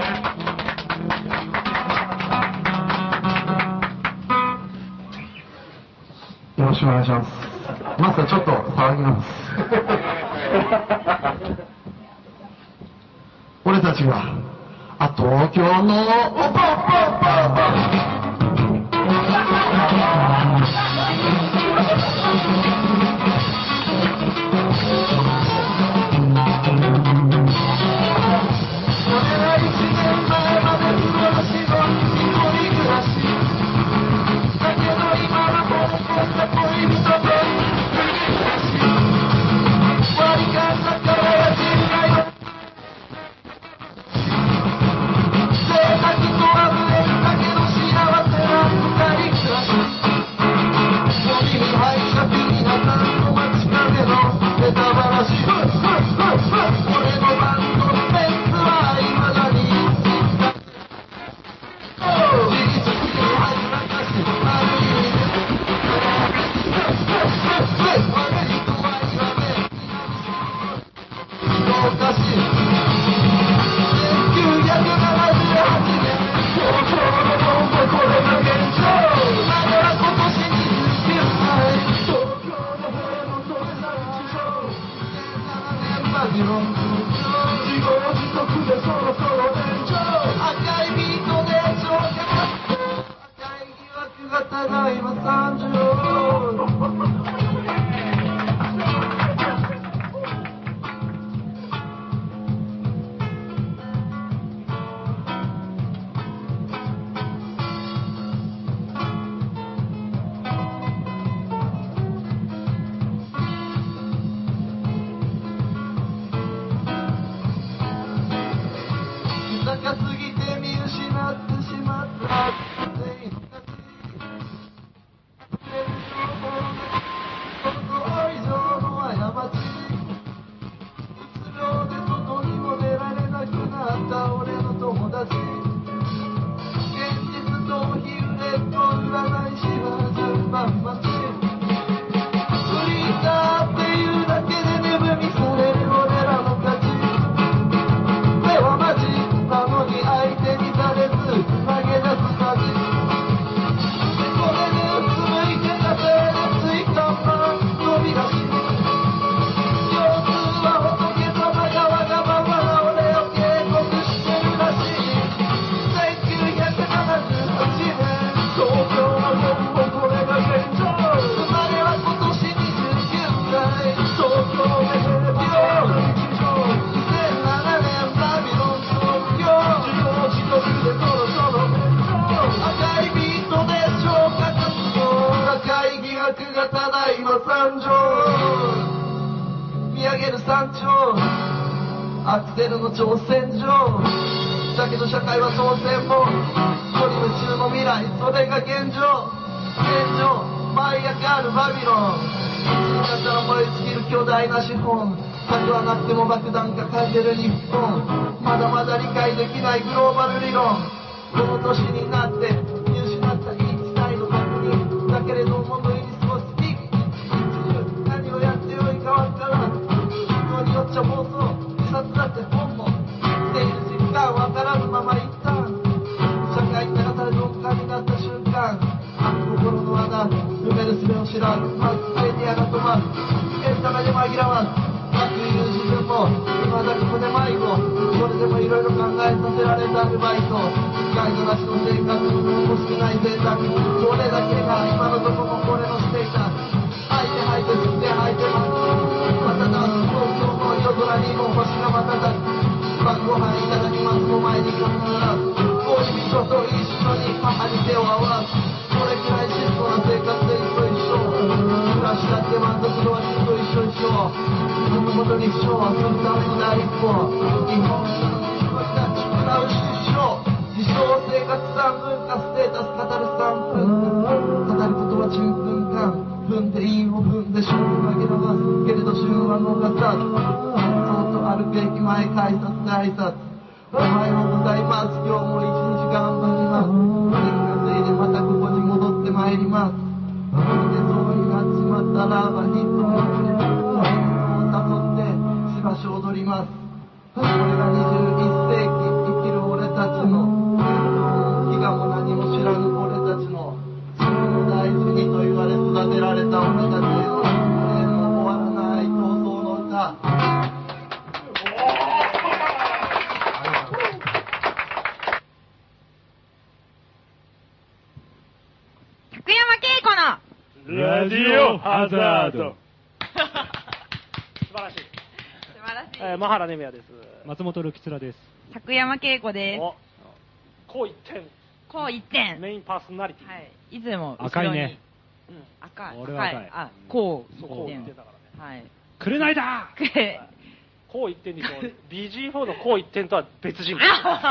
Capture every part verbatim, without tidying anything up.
よろしくお願いします。まずはちょっと騒ぎます。俺たちはあ東京のおパアクセルの挑戦状だけど社会は当然も一人夢中の未来それが現状現状舞い上がるバビロンいつになったら燃え尽きる巨大な資本核はなくても爆弾抱えてる日本まだまだ理解できないグローバル理論この年になって見失った言い伝えの確認だけれども無理に過ごす日々何をやってよいかわからん人によっちゃ暴走自殺だって本も生きている実感わからぬまま一旦社会に流され鈍感になった瞬間心の穴埋める術を知らんまずメディアが止まるエンタメで紛らわず悪意いう自分も今だここで迷子それでもいろいろ考えさせられたアルバイトガイドなしの生活欲しくない贅沢それだけが今のとこも俺のステータス吐いて吐いて吸って吐いてますまただ東京の夜空にも星が瞬く晩ご飯いただきますの前に必ず恋人と一緒に母に手を合わすこれくらい質素な生活で一緒一緒暮らしだって満足度はきっと一緒一緒そのことに不調はするための第一歩日本の人たちなう出生自称生活さんぷんかステータス語るさんぷん語ることはじゅっぷんかん踏んでいいを踏んで旬を紛らわすけれど旬は逃さずそっと歩く駅前改札で挨拶おはようございます今日も一日頑張ります気がついてまたここに戻ってまいりますそれでそうになっちまったらば日本を誘ってしばし踊りますこれがにじゅういっせいき生きる俺たラジオハザード。 素晴らしい。 素晴らしい。 えー、マハラネミヤです。 松本るきつらです。 作山恵子です。 お、こう一点。 こう一点。 メインパーソナリティ。 はい。いつも後ろに。 赤いね。 うん。赤い。 俺は赤い。 はい、あ、こう。 そう、こう一点だからね。 はい。 くれないだくれ。 こう一点にこう、ビージーフォー のこう一点とは別人物。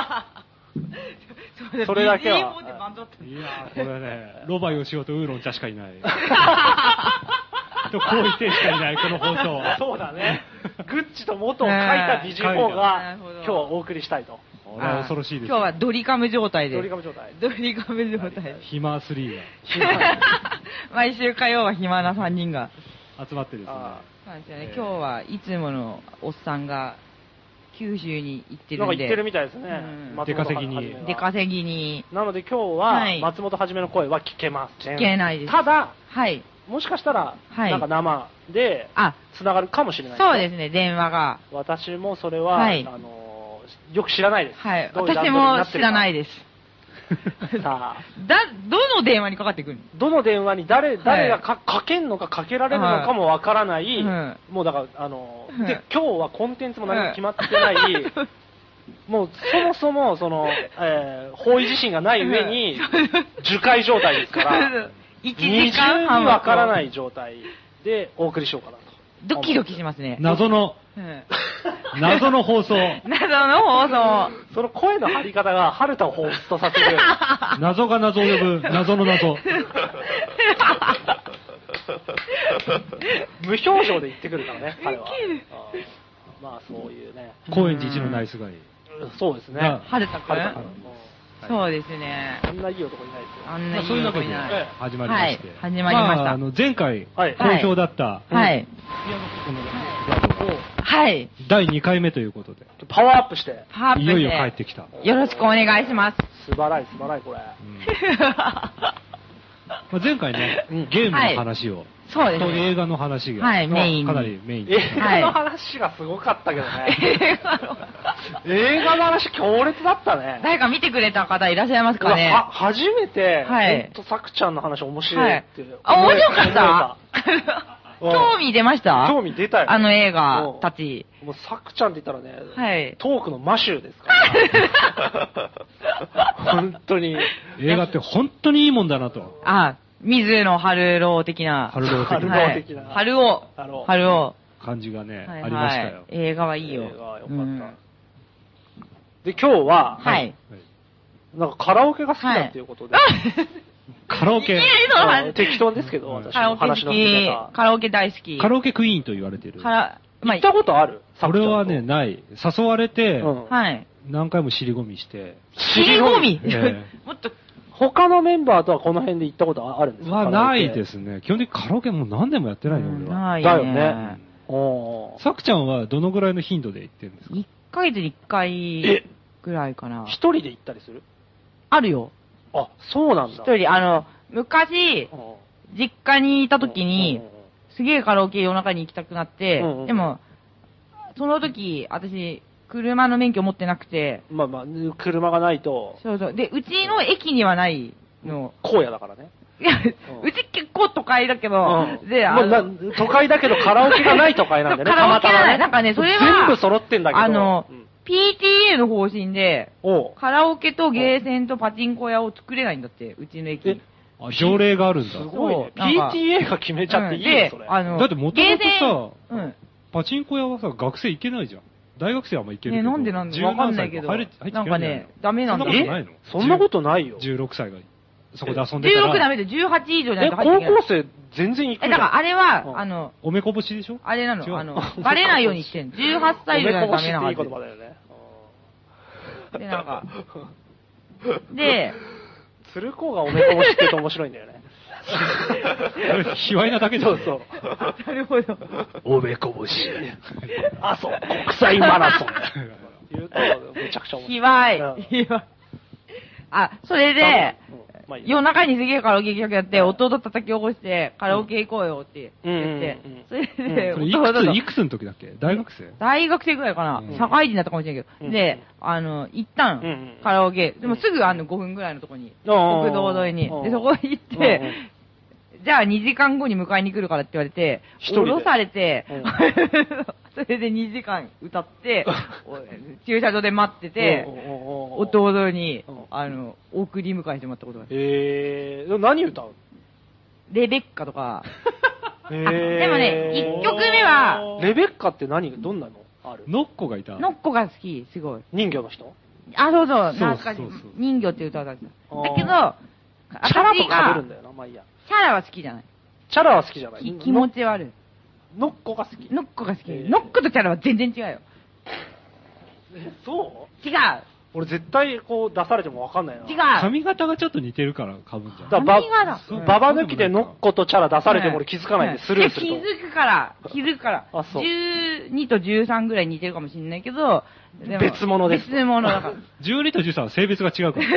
それだけは。 いやー、これね、ロバヨシオとウーロン茶しかいない。と、こう一点しかいない、この放送。 そうだね。グッチと元を書いた ビージーフォー が、今日はお送りしたいと。 これは恐ろしいです。 今日はドリカム状態で。 ドリカム状態。 ドリカム状態。 暇スリーが。 毎週火曜は暇なさんにんが。 集まってですね。 そうなんですよね。今日はいつものおっさんが、九州に行ってるんで。 なんか行ってるみたいですね。 出稼ぎに。 出稼ぎに。 なので今日は、松本はじめの声は聞けません。 聞けないです。 ただ、 はい。 もしかしたら、なんか生で、つながるかもしれない。 そうですね、電話が。 私もそれは、あの、よく知らないです。 はい。私も知らないです。さあ。だ、どの電話にかかってくるの？ どの電話に誰、誰がか、かけんのかかけられるのかもわからない、もうだから、あの、で、今日はコンテンツも何も決まってない、もうそもそも、その、えー、方位自信がない上に、樹海状態ですから、 いちじかんはんにわからない状態でお送りしようかなと。 ドキドキしますね。 謎の、謎の放送。 謎の放送。 その声の張り方が、春田を彷彿とさせる。 謎が謎を呼ぶ、謎の謎。 無表情で言ってくるからね、彼は。まあそういうね。 高円寺一のナイスガイ。 そうですね。 春田くん。そうですね。 あんないい男いないですよ。 あんないいそういう男いない。 始まりまして。 始まりました。 あの、前回、好評だった、 はい。はい。 だいにかいめということで。 パワーアップして。 パワーアップして。 いよいよ帰ってきた。 よろしくお願いします。 素晴らしい、素晴らしい、これ。 前回ね、ゲームの話を。 そうですね。映画の話が。 はい、メイン。 かなりメイン。 映画の話がすごかったけどね。映画の話強烈だったね。 誰か見てくれた方いらっしゃいますかね？ は、初めて、 はい。 ほんと、さくちゃんの話面白いって。 あ、面白かった興味出ました興味出たよ。 あの映画たち。 もう、さくちゃんって言ったらね、 はい。 トークのマシューですから。本当に。 映画って本当にいいもんだなと。 あ、水野春郎的な。 春郎的な。 春郎。春郎。 感じがね、ありましたよ。 映画はいいよ。 映画はよかった。で、今日は、 はい。 なんかカラオケが好きだっていうことで。 カラオケ。 適当ですけど、私の話の聞き方。カラオケ大好き。 カラオケクイーンと言われてる。 行ったことある？ 俺はね、ない。誘われて、 はい。 何回も尻込みして。 尻込みもっと、 他のメンバーとはこの辺で行ったことあるんですか？ はないですね。基本的にカラオケもう何年もやってないの、俺は。 ないだよね。 さくちゃんはどのぐらいの頻度で行ってるんですか？ いっかげつにいっかいぐらいかな。 一人で行ったりする？ あるよ。 あ、そうなんだ。 一人、あの、昔、実家にいた時に、すげえカラオケ夜中に行きたくなって、でも、その時、私、車の免許持ってなくて。 まあまあ、車がないと。 そうそう。で、うちの駅にはないの。 荒野だからね。 いや、うち結構都会だけど、 で、あの、都会だけどカラオケがない都会なんだよね、 たまたまね。なんかね、それは、 全部揃ってんだけど。 あの、ピーティーエー の方針で、カラオケとゲーセンとパチンコ屋を作れないんだって、うちの駅に。 あ、条例があるんだ。 すごいね。ピーティーエー が決めちゃっていいよ、それ。 あの、だってもともとさ、パチンコ屋はさ、学生行けないじゃん。大学生はまあ行けるけど。 ね、なんでなんでわかんないけど。なんかね、ダメなんだよ。 そんなことないよ。 じゅうろくさいがそこで遊んでたら。 じゅうろくダメでじゅうはち以上じゃないと入っていけない。 高校生全然行くじゃん。 え、だからあれは、あの、 おめこぼしでしょ？ あれなの、あの、バレないようにしてんの。じゅうはっさい以上じゃダメなはず。 おめこぼしっていい言葉だよね。 で、なんか、で、 鶴子がおめこぼしって言うと面白いんだよね。 卑猥なだけで。 そうそう。 なるほど。 おめこぼし。あ、そう、国際マラソン。言うと、めちゃくちゃ面白い。 卑猥。卑猥。あ、それで、夜中にすげえカラオケ行きたくなって、弟叩き起こして、カラオケ行こうよって言って、それで、 弟と。いくつの時だっけ？大学生？ 大学生ぐらいかな。社会人だったかもしれんけど。で、あの、行ったの。カラオケ。でもすぐあのごふんぐらいのとこに。国道沿いに。で、そこ行って、 じゃあにじかんごに迎えに来るからって言われて、降ろされて、うん、それでにじかん歌って、駐車場で待ってて、弟に、あの、送り迎えしてもらったことがある。 えー、何歌う？ レベッカとか。 えー、 でもね、いっきょくめは、 レベッカって何、どんなのある？ ノッコがいた。 ノッコが好き、すごい。 人魚の人？ あ、そうそう、懐かしい。人魚って歌だった。だけど、 チャラと被るんだよな、まあいいや。 チャラは好きじゃない。 チャラは好きじゃない。 気持ち悪い。 ノッコが好き。 ノッコが好き。ノッコとチャラは全然違うよ。 そう違う。 俺絶対こう出されても分かんないな。 違う。 髪型がちょっと似てるから被んじゃん。 髪型。 ババ抜きでノッコとチャラ出されても俺気づかないんでスルーすると。 気づくから、気づくから。あ、そう。じゅうにとじゅうさんぐらい似てるかもしれないけど、 別物です。 別物だから。 じゅうにとじゅうさんは性別が違うから。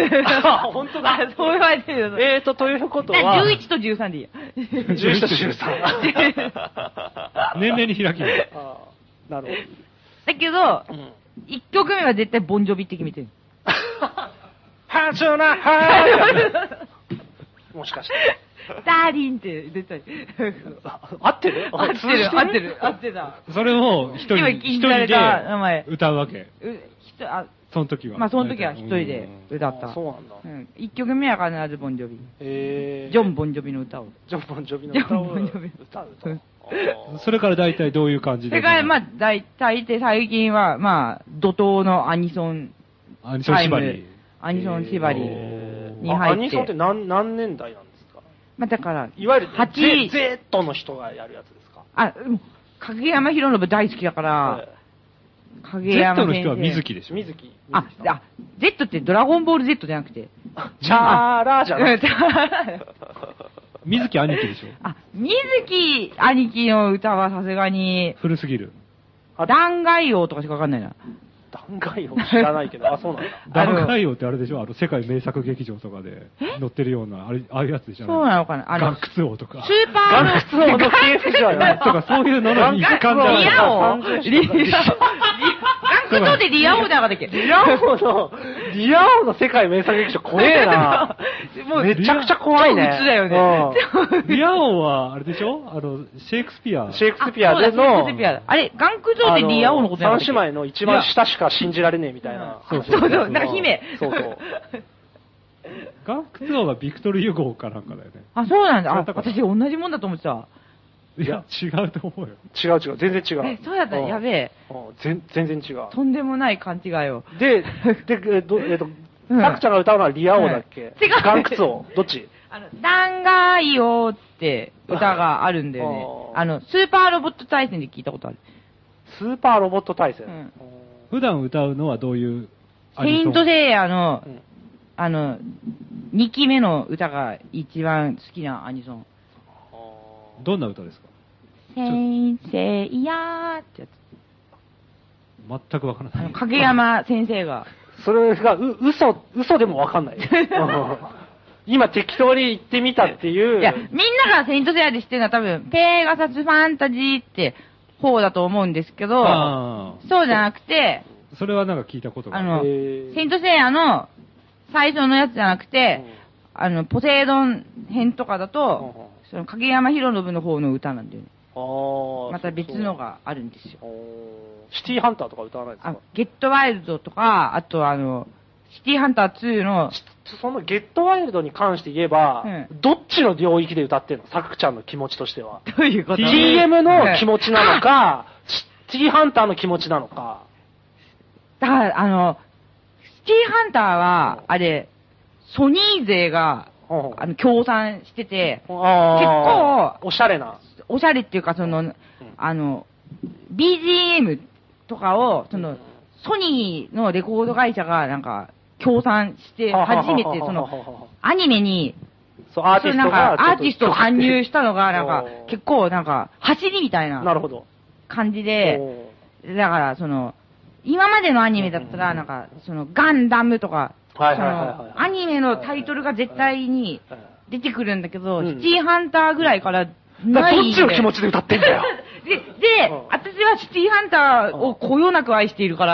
あ、本当だ。 そう言われてるよ。 えーと、ということは。 じゅういちとじゅうさんでいいや。 じゅういちとじゅうさん。 年齢に開きない。 ああ、なるほど。 だけど、いっきょくめは絶対ボンジョビって決めてる。 ハチュナハーもしかして。 ダーリンって出たり。 合ってる合ってる、合ってる、合ってた。 それを一人、一人で歌うわけ。その時は。 まあその時は一人で歌った。 そうなんだ。 うん。一曲目は必ずボンジョビ。 えー。ジョン・ボンジョビの歌を。 ジョン・ボンジョビの歌を。歌うと。それから大体どういう感じで？ それからまあ大体で最近はまあ怒涛のアニソン。 アニソン縛り。 アニソン縛りに入って。 アニソンって何、何年代なんですか？ まあだから、 いわゆる、 はち、 Z の人がやるやつですか？ あ、影山博信大好きだから、 影山 Z の人は水木でしょ？ 水木。 あ、あ、Z ってドラゴンボール Z じゃなくて。 チャーラーじゃなくて。 水木兄貴でしょ？ あ、水木兄貴の歌はさすがに。 古すぎる。 弾劾王とかしかわかんないな。 弾劾王知らないけど、あ、そうなんだ。 弾劾王ってあれでしょ？あの、世界名作劇場とかで載ってるような、あれ、ああいうやつでしょ？ そうなのかな？あの、 ガンクツ王とか。 スーパーガンクツ王の系譜じゃないとか、そういうのの一環じゃない。 リア王リア王ガンクツ王でリア王じゃなかったっけ？ リア王の、リア王の世界名作劇場怖えな。もうめちゃくちゃ怖いね。 超鬱だよね。 リア王は、あれでしょ？あの、シェイクスピア。 シェイクスピアでの、 あれ、ガンクツ王ってリア王のことじゃなかったっけ？ 三姉妹の一番下しか信じられねえみたいな。 そうそうそう、なんか姫。 そうそう。 ガンクツ王がビクトル・ユゴーかなんかだよね。 あ、そうなんだ。あ、私同じもんだと思ってた。 いや、違うと思うよ。 違う違う、全然違う。 え、そうやったらやべえ。 全然違う。 とんでもない勘違いを。 で、で、えっと、えっと、タクちゃんが歌うのはリア王だっけ？違う。ガンクツ王どっち？ あの、弾劾王って歌があるんだよね。あの、スーパーロボット対戦で聞いたことある。 スーパーロボット対戦？うん、 普段歌うのはどういうセイントセイヤの、うん、あの、にきめの歌が一番好きなアニソン。 どんな歌ですか？ セインセイヤーってやつ。 全くわからない。 影山先生が。 それが、う、嘘、嘘でもわかんない。今適当に言ってみたっていう。 いや、みんながセイントセイヤで知ってるのは多分、ペーガサスファンタジーって方だと思うんですけど、そうじゃなくて、 それはなんか聞いたことがある。 あの、セイントセイヤの最初のやつじゃなくて、うん、あの、ポセイドン編とかだと、うん、その影山博信の方の歌なんだよね。あまた別のがあるんですよ。 シティハンターとか歌わないですか？ ゲットワイルドとか、あとあの、シティハンターツーの、 そのゲットワイルドに関して言えば、うん、どっちの領域で歌ってるの？サクちゃんの気持ちとしては。 どういうこと？ ティーエム の気持ちなのか、シティハンターの気持ちなのか。 だから、あの、シティハンターは、あれ、ソニー勢が、あの、協賛してて、結構、 おしゃれな。 おしゃれっていうか、その、うん、あの、ビージーエム とかを、その、ソニーのレコード会社が、なんか、協賛して、初めて、その、アニメに、 そう、アーティストが、 アーティストを参入したのが、なんか、結構、なんか、走りみたいな、 なるほど。 感じで、だから、その、今までのアニメだったら、なんか、その、ガンダムとか、その、アニメのタイトルが絶対に出てくるんだけど、シティハンターぐらいからない。 どっちの気持ちで歌ってんだよ。 で、で、私はシティハンターをこよなく愛しているから、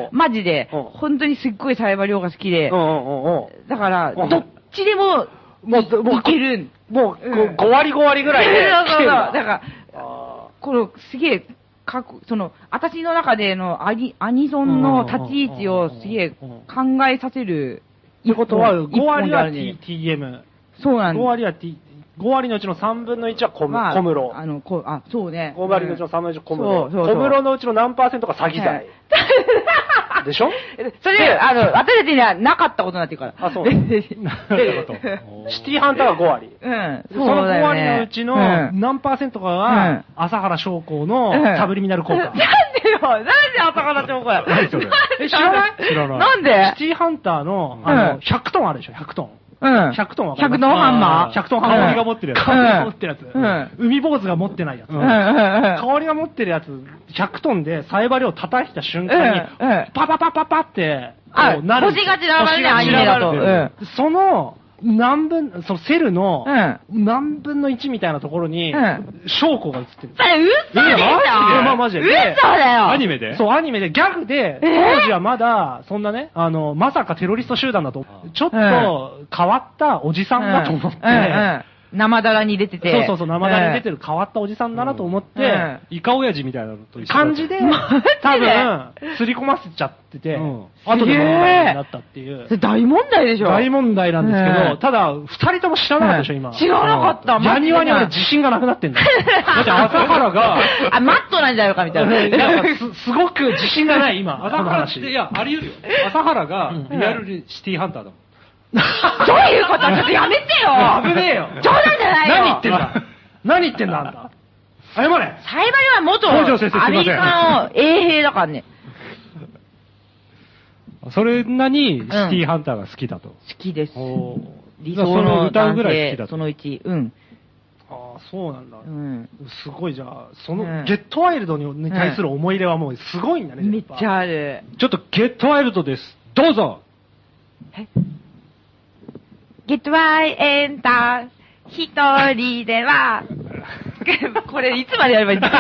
マジで、本当にすっごいサイバリョウが好きで、だから、どっちでも、もう、いける。 もう、うん、ご割ご割ぐらいで来てる。 そうそうそう。だから、このすげえ、かその、私の中でのアニアニソンの立ち位置をすげえ考えさせる。 ってことは、ご割は ティーエム。 そうなんです。 ご割は T、ご割のうちのさんぶんのいちは小室。まあ、小室。 あの、こあ、そうね。 ご割のうちのさんぶんのいちは小室。そうそうそう小室のうちの何パーセントが詐欺罪。でしょそれで、あの、私たちにはなかったことになってるから。 あ、そう。シティハンターがご割。 うん。 そのご割のうちの何パーセントかが、朝原将校のサブリミナル効果。なんでよなんで朝原将校や何それえ、知らない知らない。 なんでシティハンターの、あの、ひゃくトンあるでしょ、ひゃくトン。 うん。 ひゃくトンわかる。ひゃくトンハンマー ? ひゃく トンハンマー。香りが持ってるやつ。香りが持ってるやつ。うん。海坊主が持ってないやつ。うん。香りが持ってるやつ、ひゃくトンでサイバリを叩いた瞬間に、パパパパパって、 あ、星が散らばるね、アニメだと。うん。 その、何分、そのセルの、何分のいちみたいなところに、証拠が映ってる。 それ嘘でしょまあマジで。 嘘だよアニメでそう、アニメでギャグで、当時はまだ、そんなね、あの、まさかテロリスト集団だと、ちょっと変わったおじさんだと思って、 生だらに出てて。 そうそうそう、生だらに出てる変わったおじさんだなと思って、 イカ親父みたいなのと一緒感じで、多分、すり込ませちゃってて、後で問題になったっていう。 それ大問題でしょ大問題なんですけど、ただ、二人とも知らなかったでしょ、今。 知らなかった。 ヤニワに俺自信がなくなってんだよ。だって朝原が、 あ、マットなんじゃないかみたいな。 なんかす、すごく自信がない、今。 朝原って、いや、あり得るよ。朝原が、リアルにシティハンターだもん。 どういうことちょっとやめてよ危ねえよ冗談じゃないよ何言ってんだ何言ってんだあんた謝れサイバリは元アメリカの衛兵だからね。 それなにシティハンターが好きだと。 好きです。理想の歌うぐらい好きだと。 そのうち、うん。 ああ、そうなんだ。 うん。 すごいじゃあ、その、ゲットワイルドに対する思い入れはもうすごいんだね。 めっちゃある。 ちょっとゲットワイルドです。どうぞえGet right enter 一人ではこれいつまでやればいいんだ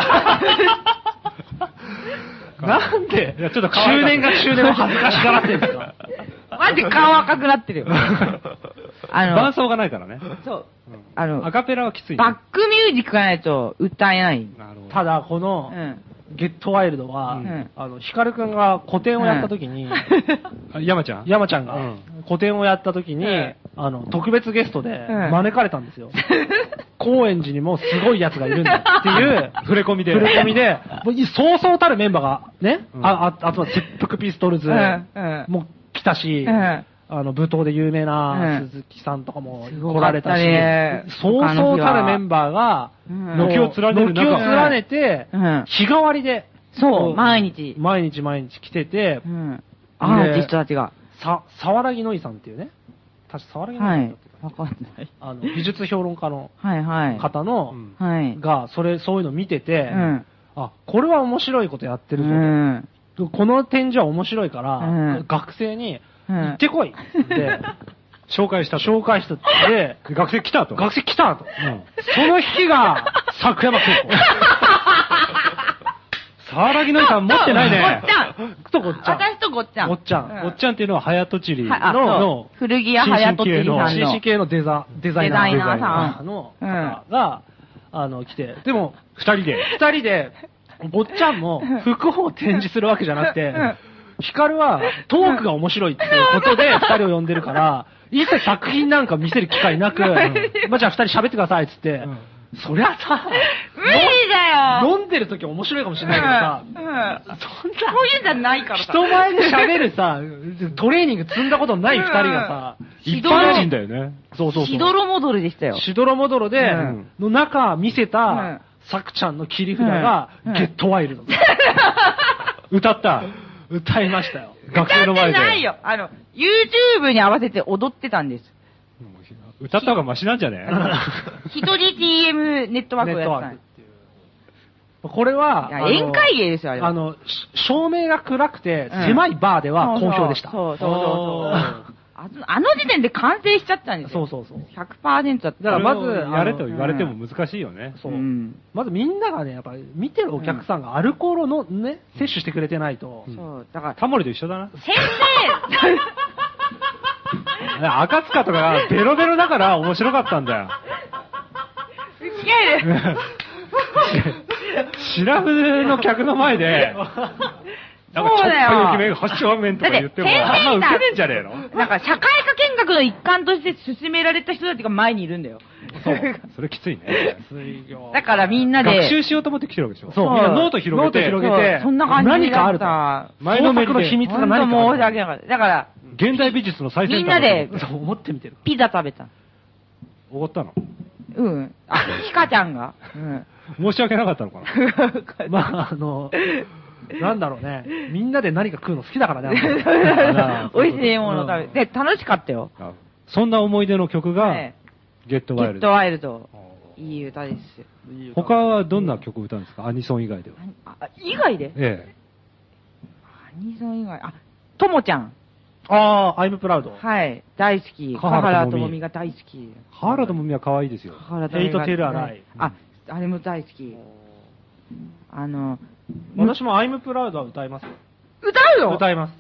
なんでいやちょっと中年が中年を恥ずかしがらってるんですかマジ顔赤くなってるよあの伴奏がないからねそう、うん、あのアカペラはきつい、ね、 バックミュージックがないと歌えない。 なるほどただこの、うんゲットワイルドは、うん、あの、ヒカルくんが個展をやった時に、 うん、山ちゃん山ちゃんが、うん、個展をやった時に、うん、あの、特別ゲストで招かれたんですよ。うん、高円寺にもすごい奴がいるんだっていう、 触れ込みで。 触れ込みで、そうそうたるメンバーがね、うん、あ、あ、あとは切腹ピストルズも来たし、うんあの、舞踏で有名な鈴木さんとかも来られたし、うん、そうそうたるメンバーが、 軒を連ねる軒を連ねて、うん、日替わりで、 そう、毎日。 毎日毎日来てて、 うん、アーティストたちが。 さ、沢良木のいさんっていうね、確か沢良木のいさんだったっけ、 わかんない。 あの、美術評論家のはいはい。 方の、 はい。 が、それ、そういうの見てて、 うん、 あ、これは面白いことやってるぞと。うん、この展示は面白いから、うん、学生に、行ってこいって紹介したと。 紹介したって。 学生来たと。 学生来たと。うん、その日が、作山高校。 沢良木のりさん持ってないね。 ごっちゃん。 とごっちゃん。 私とごっちゃん。 ごっちゃん。 ごっちゃんっていうのは、早とちりの、 の古着屋早とちりさんの。 シーシー 系のデザ、デザイナー。 デザイナーさん。 の方が、あの、来て。でも、 二人で。 二人で、ごっちゃんも服を展示するわけじゃなくて、ヒカルはトークが面白いっていうことで二人を呼んでるから、一切作品なんか見せる機会なく、うん、まあ、じゃあ二人喋ってくださいっつって、うん、そりゃさ、 無理だよ飲んでる時面白いかもしれないけどさ、 うんうん、そんな、そういうんじゃないからさ。 人前で喋るさ、トレーニング積んだことない二人がさ、 うん、一般人だよね。 そうそうそう。 しどろもどろでしたよ。 しどろもどろで、うん、の中見せた、うんさくちゃんの切り札が、うん、ゲットワイルド。 歌った。 歌いましたよ。 学生の前で。 歌ってないよ。あの、YouTube に合わせて踊ってたんです。 歌った方がマシなんじゃね一人 ティーエム ネットワークをやってたんです。 これは、 宴会芸ですよ、あれは。 あの、照明が暗くて、狭いバーでは好評でした。 そうそうそうそう。あの時点で完成しちゃったんですよ。 そうそうそう。 ひゃくパーセント だった。 だからまず、やれと言われても難しいよね。 そう。まずみんながね、やっぱり見てるお客さんがアルコールのね、摂取してくれてないと。 そう。だから。 タモリと一緒だな。 先生赤塚とかがベロベロだから面白かったんだよ。 ける。 シラフの客の前で、なんかちょっとよきめが発祥面とか言っても、あんま受けねえんじゃねえの？ なんか社会科見学の一環として進められた人たちが前にいるんだよ。 そう。それきついね。 だからみんなで。 学習しようと思って来てるわけでしょ。 そう。 みんなノート広げて。 ノート広げて。 そんな感じ何かあると。 前のめりの秘密が何かある。 本当申し訳なかった。だから、 現代美術の最先端。 みんなで、 そう思ってみてる。 ピザ食べた。 おごったの？ うん。あ、ヒカちゃんが。うん。 申し訳なかったのかな。 まあ、あの、なんだろうね。みんなで何か食うの好きだからね。 美味しいもの食べて、楽しかったよ。 そんな思い出の曲が、ゲットワイルド。 ゲットワイルド。いい歌です。 他はどんな曲を歌うんですか？アニソン以外では。 あ、以外で？ ええ。 アニソン以外、あ、ともちゃん。 ああ、アイムプラウド。 はい。大好き。河原ともみが大好き。 河原ともみは可愛いですよ。 ヘイトテルアライ。 あ、あれも大好き。あの、 私もアイムプラウドは歌いますよ。 歌うの？ 歌います。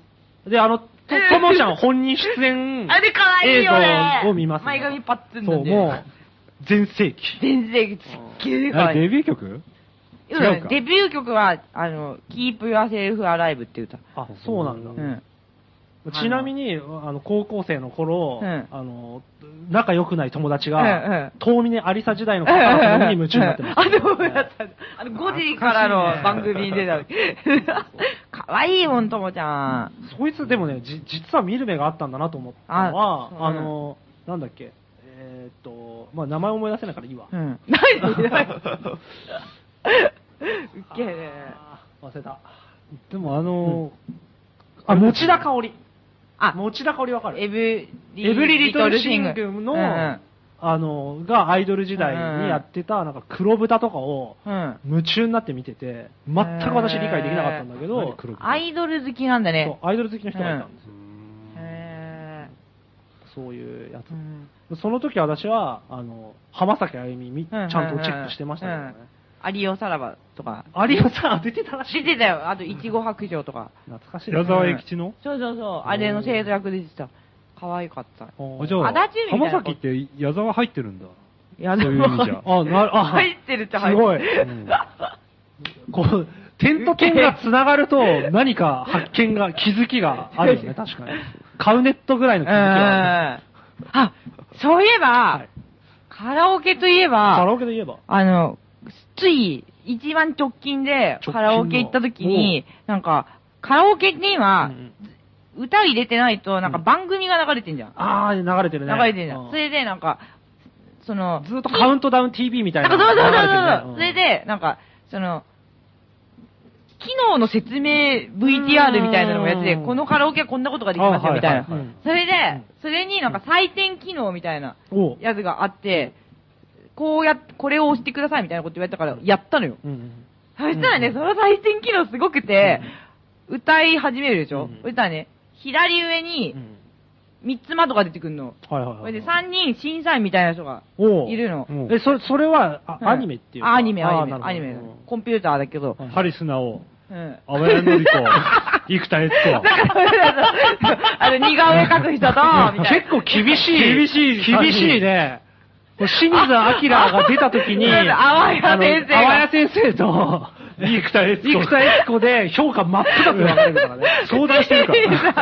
で、あの、と、ともちゃん本人出演あれ可愛いよね。 映像を見ます。 前髪パッツンなんで。 そう、もう、全盛期。 全盛期、すっげえ可愛い。 デビュー曲？ 違うか。デビュー曲は、あの、Keep Yourself Alive って歌。 あ、そうなんだ。 うん。 ちなみに、あの、高校生の頃、うん、あの、仲良くない友達が、遠峰ありさ時代の方々に夢中になってました。 あ、でもやった。あの、ごじからの番組に出た。かわいいもん、ともちゃん。 そいつでもね、じ、実は見る目があったんだなと思ったのは、あ, あの、なんだっけ、えー、っと、まあ、名前思い出せないからいいわ。 うん。何うっけえね。 忘れた。 でもあの、 あ、持田香織。 あ、 持田香織わかる？ エブリエブリリトルシングの、うんうん、あの、がアイドル時代にやってた、なんか黒豚とかを、夢中になって見てて、全く私理解できなかったんだけど、 アイドル好きなんだね。 そう、アイドル好きの人がいたんですよ。へー。そういうやつ。うん、その時私は、あの、浜崎あゆみ、ちゃんとチェックしてましたけどね。 有オさらばとか。 有オさん出てたらしい。 出てたよ。あと、いちご白状とか。 懐かしい。 矢沢永吉の？ そうそうそう。あれの生徒役で出てた。可愛かった。 あ、じゃあ、浜崎って矢沢入ってるんだ。 矢沢。 そういう意味じゃ。 あ、なあ、入ってるって入ってる。 すごい。うん、こう、点と点が繋がると何か発見が、気づきがあるよね、確かに。カウネットぐらいの気づきがある。 あ、そういえば、はい、カラオケといえば、 カラオケといえば、 あの、つい、一番直近でカラオケ行った時に、なんか、カラオケには、歌入れてないと、なんか番組が流れてんじゃん。 ああ、流れてるね。 流れてんじゃん。それで、なんか、その、 ずっとカウントダウン ティーブイ みたいな。 そうそうそうそう。それで、なんか、その、機能の説明 ブイティーアール みたいなのをやってて、このカラオケはこんなことができますよ、みたいな。それで、それになんか採点機能みたいなやつがあって、こうやっ、これを押してくださいみたいなこと言われたから、やったのよ。うん、そしたらね、その採点機能すごくて、うん、歌い始めるでしょ、うん、そしたらね、左上に、三つ窓が出てくるの。はいはいはい。それで三人審査員みたいな人がいるの。 え、それ、それは、あ、アニメっていうか、 アニメ、アニメ、アニメ。コンピューターだけど。 ハリスナオ。うん。青谷のり子。生田悦子。 あの、似顔絵描く人と、 結構厳しい。 厳しい。 厳しいね。清水明が出た時に、 淡谷先生。 淡谷先生と、生田悦子。生田悦子で評価真っ二つ分かれるからね。相談してるから。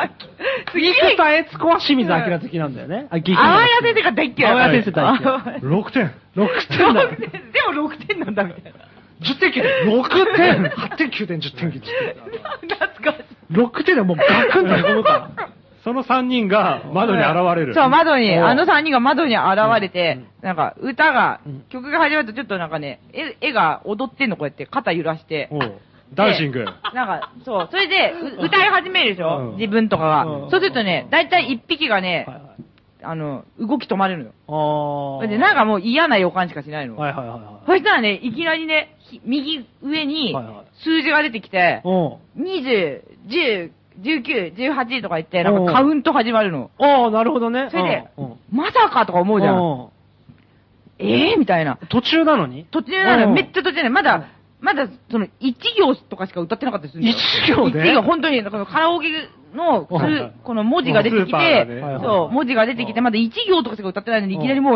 生田悦子は清水明好きなんだよね。 淡谷先生が大っ嫌い。 淡谷先生大嫌い。 ろくてん。 ろくてんだ。 でもろくてんなんだみたいな。 じゅってんきゅうてん。ろくてん !はってん、きゅうてん、じゅってん、きゅうてん。 懐かしい。 ろくてんでもうガクンとへこむから。 そのさんにんが窓に現れる。 そう、窓に、あのさんにんが窓に現れて、なんか歌が、曲が始まるとちょっとなんかね、絵絵が踊ってんのこうやって肩揺らして。 ダンシング。 なんか、そう、それで歌い始めるでしょ、自分とかが。そうするとね、だいたい一匹がね、あの、動き止まれるのよ。あで、なんかもう嫌な予感しかしないの。はいはいはい。そしたらね、いきなりね、右上に数字が出てきて、にじゅう、じゅう、じゅうきゅう、じゅうはちとか言って、なんかカウント始まるの。 ああ、なるほどね。 それで、まさかとか思うじゃん。ええみたいな。 途中なのに途中なのめっちゃ途中なの。まだ、まだ、その、一行とかしか歌ってなかったりするんだよ。 一行で一行、本当に、このカラオケの、この文字が出てきて、そう、文字が出てきて、まだ一行とかしか歌ってないのに、いきなりもうね、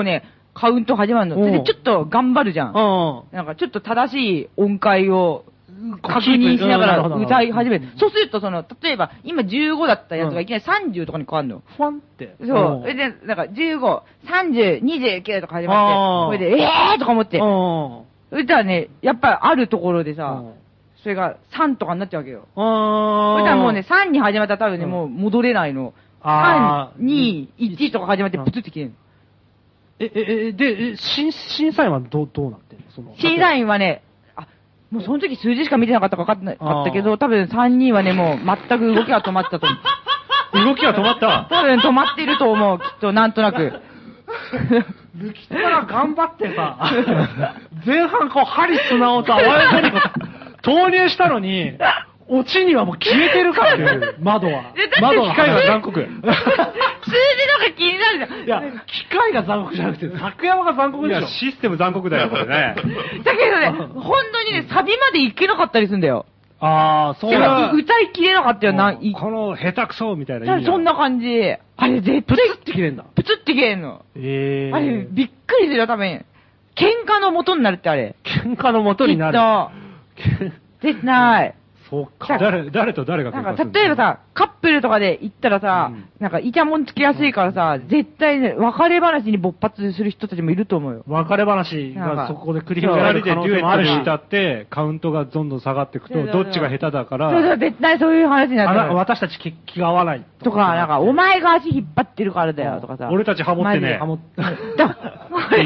カウント始まるの。それでちょっと頑張るじゃん。 うん。 なんかちょっと正しい音階を確認しながら歌い始める。そうすると、その、例えば、今じゅうごだったやつがいきなりさんじゅうとかに変わるの。 ファンって。 そう。で、なんかじゅうご、さんじゅう、にじゅうきゅうとか始まって、それで、えーとか思って。そしたらね、やっぱりあるところでさ、それがさんとかになっちゃうわけよ。そしたらもうね、さんに始まったら多分ね、もう戻れないの。さん、に、いちとか始まってプツって切れるの。 え、え、え、で、審査員はどう、どうなってんのその審査員はね、あ、もうその時数字しか見てなかったか分かんなかったけど、多分さんにんはね、もう全く動きが止まってたと思う。 動きが止まった多分止まってると思う、きっと、なんとなく。 抜きたら頑張ってさ、前半こう針砂をと淡やかに投入したのに、オチにはもう消えてるからね、窓は。窓の機械が残酷。数字のが気になるじゃん。 いや、機械が残酷じゃなくて、作山が残酷でしょ。いや、 システム残酷だよ、これね。 だけどね、本当にね、サビまでいけなかったりするんだよ。 ああ、そうだ。歌いきれなかったよ、な、 この下手くそみたいな意味。 そんな感じ。あれ、絶対。 プツって切れんだ。 プツって切れんの。 ええ。 あれ、びっくりするよ、多分。喧嘩の元になるってあれ。 喧嘩の元になる。 きっと。絶対。 そうか。誰、誰と誰が喧嘩するなんか、例えばさ、カップルとかで行ったらさ、うん、なんか、イチャモンつけやすいからさ、絶対ね、別れ話に勃発する人たちもいると思うよ。 別れ話がそこで繰り広げられて、 デュエットで歌って、カウントがどんどん下がっていくと、どっちが下手だから。 そうそう、絶対そういう話になる。 私たち気気が合わない。 とか、なんか、お前が足引っ張ってるからだよ、とかさ。 俺たちハモってね。 ハモって。 って言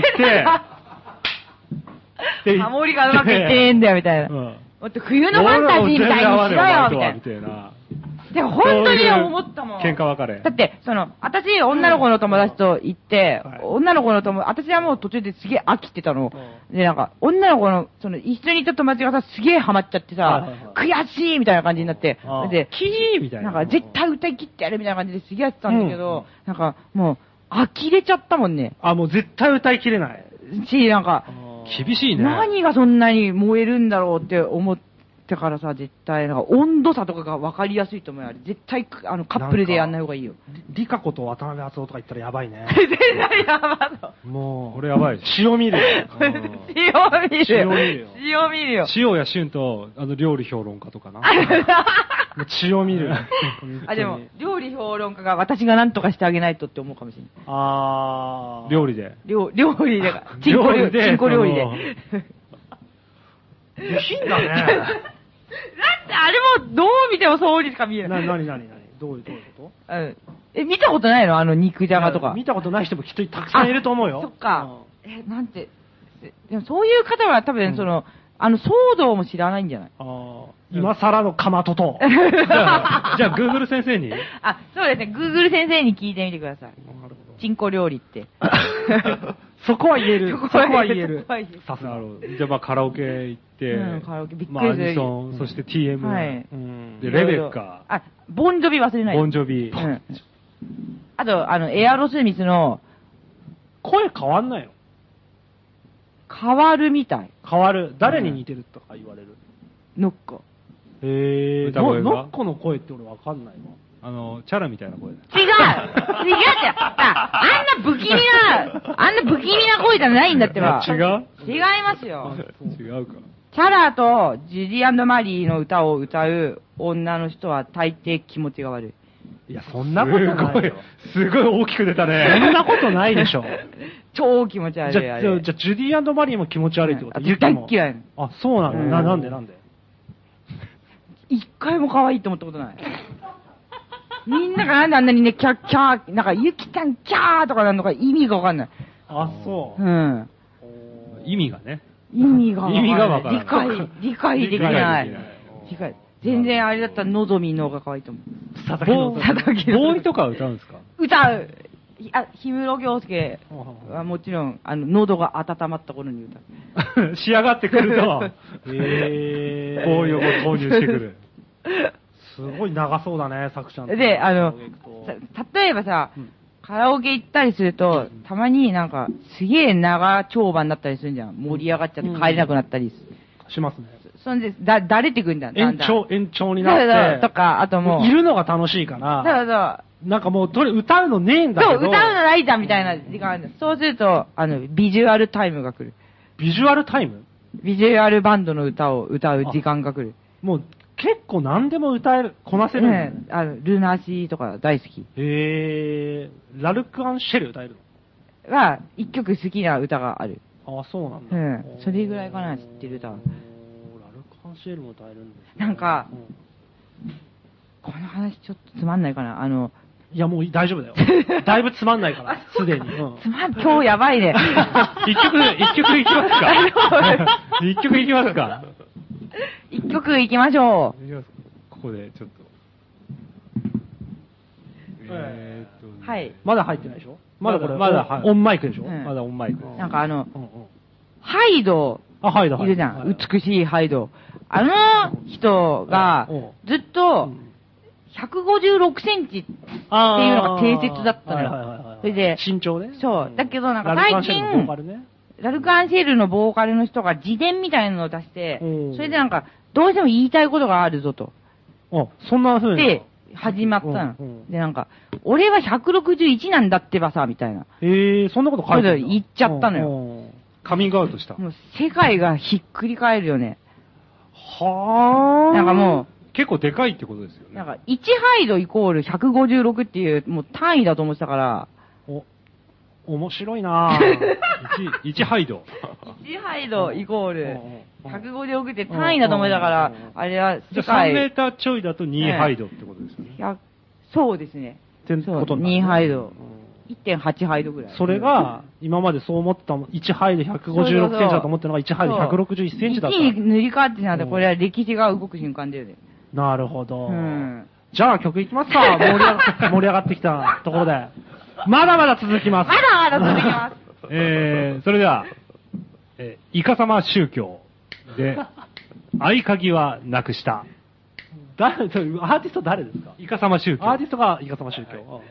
って、 ハモリがうまくいってねえんだよ、みたいな。うんもっと冬のファンタジーみたいにしろよ、みたいな。でも本当に思ったもん。 喧嘩別れ。 だって、その、私、女の子の友達と行って、はい、女の子の友達、私はもう途中ですげえ飽きてたの。うん、で、なんか、女の子の、その、一緒にいた友達がさ、すげえハマっちゃってさ、悔しいみたいな感じになって、 で、キーみたいな。 なんか、絶対歌い切ってやるみたいな感じですげえやってたんだけど、うん、なんか、もう、呆れちゃったもんね。 あ、もう絶対歌い切れない。 し、なんか、 厳しいね。 何がそんなに燃えるんだろうって思って、だからさ、絶対、なんか温度差とかが分かりやすいと思うよ。絶対、あの、カップルでやんない方がいいよ。 リカ子と渡辺篤郎とか言ったらやばいね。 絶対やばい。 もう、これやばい。 塩見るよ。 塩見るよ。 塩見るよ。 塩見るよ。 塩や旬と、あの、料理評論家とかな。 塩見るよ。 あ、でも、料理評論家が私が何とかしてあげないとって思うかもしれない。 あー。料理で。 料理で。チンコ料理で。チンコ料理で。 できんだね。だってあれもどう見てもそうにしか見えない。 な、なになになにどういうことうん。え、見たことないのあの肉じゃがとか。 見たことない人もきっとたくさんいると思うよ。 そっか。え、なんて。でもそういう方は多分その、あの、騒動も知らないんじゃないああ。今更のかまとと。 じゃあ、じゃあ、グーグル先生にあ、そうですね。グーグル先生に聞いてみてください。なるほど。チンコ料理って。 そこは言える。そこは言える。 さすが。じゃあ、まあ、カラオケ行って、 うん、カラオケびっくりする。まあ、アニソン、そして ティーエム、はい。で、レベッカ。 あ、ボンジョビ忘れない。 ボンジョビ。うん。 あと、あの、エアロスミスの、 声変わんないよ。 変わるみたい。 変わる。誰に似てるとか言われるノッコ。 へぇー。ノッコの声って俺わかんないわ。 あの、チャラみたいな声。違う違うってあんな不気味な、あんな不気味な声じゃないんだってば。 違う違いますよ。 違うか。 チャラとジュディ&マリーの歌を歌う女の人は大抵気持ちが悪い。 いや、そんなことないよ。 すごい大きく出たね。 そんなことないでしょ。 超気持ち悪い。 じゃあ、じゃあ、ジュディ&マリーも気持ち悪いってこと大嫌い。 あ、そうなんだ。な、なんでなんで一回も可愛いと思ったことない。みんながなんであんなにね、キャッキャー、なんか、ゆきちゃんキャーとかなんのか意味がわかんない。 あ、そう。 うん。 意味がね。 意味がわかんない。 意味がわからない。 理解、理解できない。理解。全然あれだったらのぞみの方が可愛いと思う。 佐々木の。 佐々木の。 ボーイとか歌うんですか歌う。あ、氷室京介はもちろん、あの、喉が温まった頃に歌う。仕上がってくると、えー、ボーイを投入してくる。 すごい長そうだね、作者の。 で、あの、例えばさ、うん、カラオケ行ったりすると、たまになんか、すげえ長丁場になったりするんじゃん。盛り上がっちゃって帰れなくなったりしますね。 そんで、だ、だれてくんだ延長、延長になって。 とか、あともう。いるのが楽しいから。 そうそう。 なんかもう、とり歌うのねえんだけど。 そう、歌うのないじゃんみたいな時間あるんです。そうすると、あの、ビジュアルタイムが来る。 ビジュアルタイム？ ビジュアルバンドの歌を歌う時間が来る。 もう、結構何でも歌える、こなせるんだね。 ね、あの、ルナシーとか大好き。 へー、ラルクアンシェル歌えるのは、一曲好きな歌がある。 ああ、そうなんだ。 うん。それぐらいかな、知ってる歌は。 ラルクアンシェルも歌えるんですね。 なんか、 うん、 この話ちょっとつまんないかな。あの、 いやもう大丈夫だよ。だいぶつまんないから、すでに。うん、 つまん、今日やばいね。 一曲、一曲いきますか一曲いきますか一曲いきましょう。 ここでちょっと。 えー、っと、 はい。 まだ入ってないでしょまだこれ、 まだ、 オンマイクでしょ、 うん、まだオンマイク。 なんかあの、 うんうん、 ハイド、 あ、ハイド、 いるじゃん。はい、美しいハイド。あの人が、ずっと、ひゃくごじゅうろくセンチっていうのが定説だったのよ。それで、 身長ね。 そう。だけどなんか最近、ラルクアンシェルのボーカルの人が自伝みたいなのを出して、それでなんか、どうしても言いたいことがあるぞと。 あ、そんな風に。 で、始まったの。で、なんか、俺はひゃくろくじゅういちなんだってばさ、みたいな。 ええ、そんなこと書いてるの？ 言っちゃったのよ。 カミングアウトした。 もう世界がひっくり返るよね。 はぁー。 なんかもう、 結構でかいってことですよね。 なんか、いちハイドイコールひゃくごじゅうろくっていう、もう単位だと思ってたから。 お、面白いなぁ。 いちハイド。 いちハイドイコールひゃくごじゅうろくって単位だと思ってたから、あれは世界。 じゃあさんメーターちょいだとにハイドってことですよね。 そうですね。 そう、 にハイド。いってんはちハイドぐらい。 それが、今までそう思ってたいちハイドひゃくごじゅうろくセンチだと思ってたのがいちハイドひゃくろくじゅういちセンチだった。 一気に塗り替わってしまって、これは歴史が動く瞬間だよね。 なるほど。うん、じゃあ曲いきますか。盛り上が盛り上がってきたところで。まだまだ続きます。 まだまだ続きます。 えー、それでは、えー、イカサマ宗教で、合鍵はなくした。 誰、アーティスト誰ですか？ イカサマ宗教。 アーティストがイカサマ宗教。はい、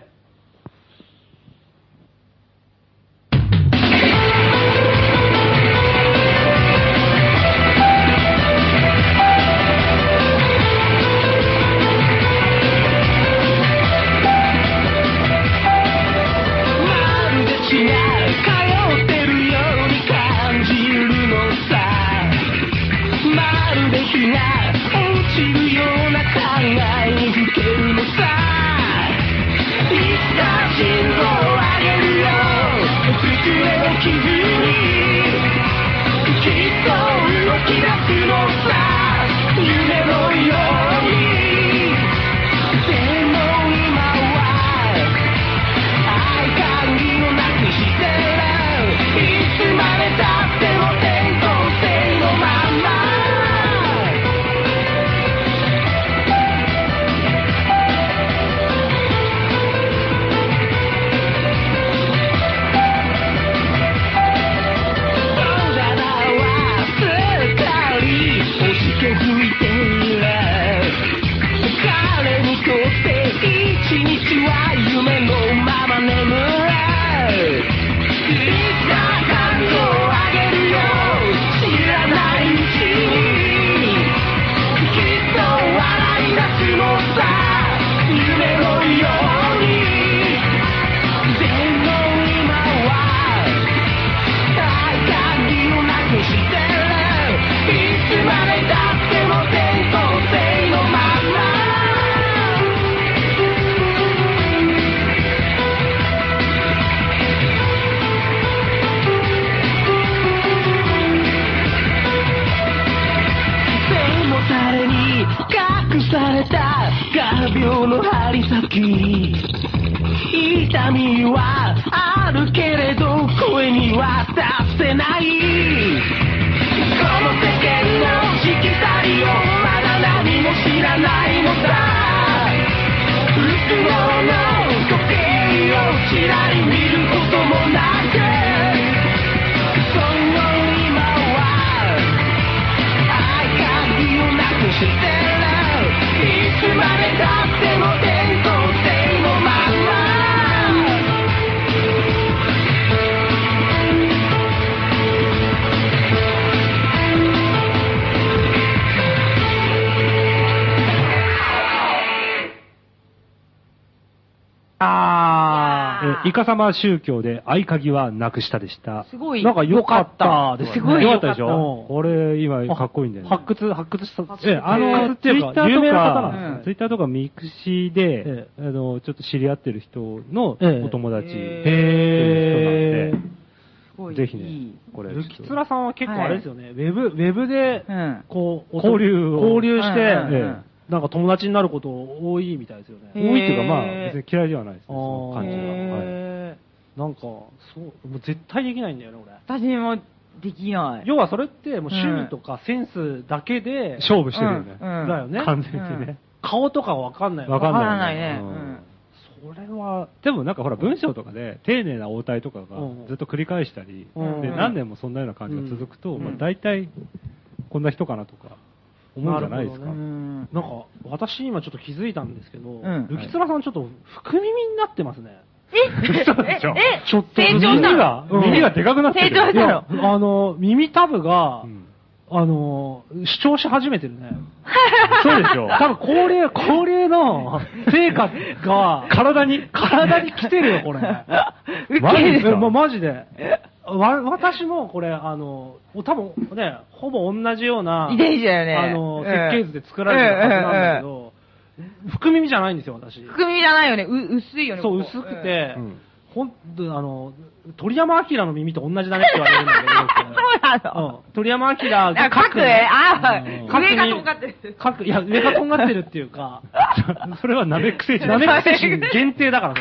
痛みはあるけれど声には出せない。この世間のしきたりをまだ何も知らないのだ。薄物の時計をちらり見ることもなく、その今は合鍵をなくしてる。いつまでだっても伝統性のまま。 イカ様宗教で合鍵はなくしたでした。 すごい。 なんか良かったです。 すごい良かったでしょ。これ今かっこいいんだよね。 発掘、発掘した。 え、あの、ツイッターとか、ツイッターとかミクシーで、あの、ちょっと知り合ってる人のお友達。へー。ぜひね、これ。 ルキツラさんは結構あれですよね、ウェブ、ウェブで、こう、 交流を。 交流して、なんか友達になること多いみたいですよね。 多いっていうかまあ、別に嫌いではないですね、その感じが。なんか、そう、もう絶対できないんだよね、俺。 私もできない。 要はそれって、もう趣味とかセンスだけで、 勝負してるよね。 だよね。 完全にね。 顔とかわかんない。 わかんないね。 それは、 でもなんかほら文章とかで丁寧な応対とかがずっと繰り返したり、で何年もそんなような感じが続くと、まあ大体こんな人かなとか思うんじゃないですか。 なんか私今ちょっと気づいたんですけど、ルキツラさんちょっと福耳になってますね。 えそうでしょ。 えちょっと成長したの耳がでかくなってる。 成長したのあの、耳タブが、あの、主張し始めてるね。 そうでしょ。 多分高齢、高齢の成果が、 体に、 体に来てるよ、これ。 マジですか？ もうマジで。わ、私もこれ、あの、多分ね、ほぼ同じような、 遺伝子だよね。 あの、設計図で作られてるはずなんだけど、福耳じゃないんですよ、私。 福耳じゃないよね。う、薄いよね。 そう、薄くて、ほんと、あの、鳥山明の耳と同じだねって言われるんだけど。 そうなの、 うん、鳥山明が角ね、ああ、上がとんがってる。 角、いや、上がとんがってるっていうか、 それはナメック星人。 ナメック星人限定だから、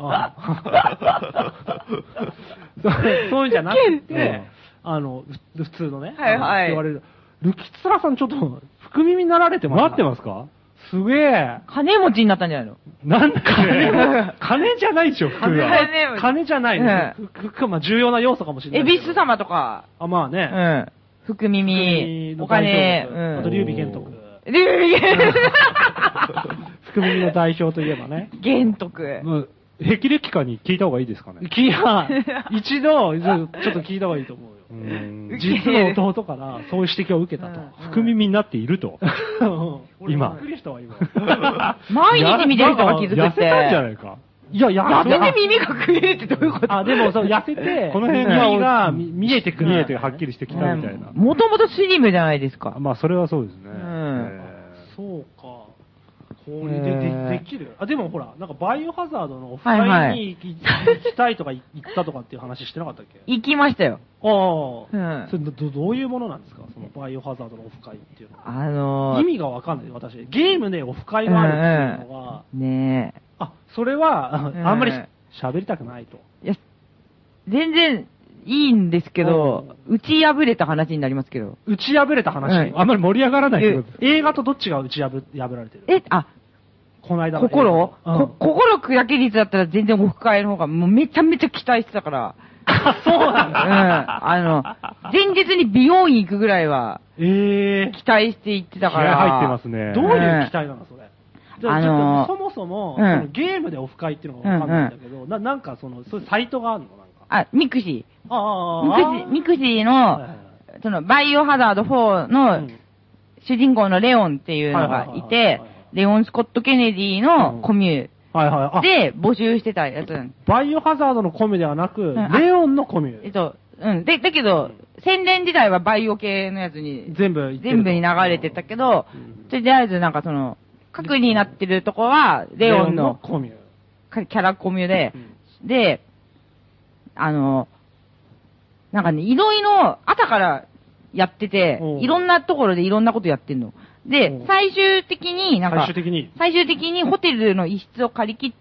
それ。そういうんじゃなくて、あの、普通のね、 はいはい。 言われる。ルキツラさんちょっと、福耳になられてますか？ なってますか？ すげえ。 金持ちになったんじゃないの？ なんだ金金じゃないでしょ、服は。金じゃないね。服、まあ重要な要素かもしれない。 エビス様とか。 あ、まあね。 うん。福耳、お金、 うん。あと、劉備玄徳。 劉備玄徳福耳の代表といえばね。 玄徳。 霹靂家に聞いた方がいいですかね？ いや、一度、ちょっと聞いた方がいいと思うよ。実の弟からそういう指摘を受けたと。 福耳になっていると。今。 びっくりしたわ、今。 毎日見てる人が気づくって。 痩せたんじゃないか。 いや、 痩せて耳が食えるってどういうこと？ あ、でも、そう、痩せて、 この辺が見えてくる。 見えてはっきりしてきたみたいな。 もともとスリムじゃないですか。 まあ、それはそうですね。 そうか。氷ででできる。あ、でもほら、なんかバイオハザードのオフ会に行きたいとか行ったとかっていう話してなかったっけ？ 行きましたよ。 ああ。それどどういうものなんですか？そのバイオハザードのオフ会っていうのは。 あのー、 意味がわかんない、私。ゲームでオフ会があるっていうのは。 ねえ。 あ、それは、あんまり喋りたくないと。 いや、全然、いいんですけど、打ち破れた話になりますけど。 打ち破れた話、 うん、あんまり盛り上がらないけど。 映画とどっちが打ち破破られてる？ え、あ、 この間の心、うん、こ心砕け率だったら全然オフ会の方がもうめちゃめちゃ期待してたから。 あ、そうなんだ。 うん。あの、前日に美容院行くぐらいは、 ええー。 期待して行ってたから。 気合入ってますね。 どういう期待なのそれ。あのー、そもそも、うん、そのゲームでオフ会っていうのがわかんないんだけど、うんうん、ななんかその、そういうサイトがあるのなんか。 あ、ミクシー。 ああ。ミクシー、ミクシーの、はいはい、その、バイオハザードフォーの、主人公のレオンっていうのがいて、レオン・スコット・ケネディのコミュで募集してたやつなんです。 バイオハザードのコミュではなく、うん、レオンのコミュ。 えっと、うん。で、だけど、宣伝自体はバイオ系のやつに、 全部、 全部に流れてたけど、うん、とりあえずなんかその、核になってるとこは、レオンのコミュ。 キャラコミュで、うん、で、あの、なんかね、いろいろ朝からやってて、いろんなところでいろんなことやってんの。で、最終的に、なんか、 最終的に、 最終的にホテルの一室を借り切って、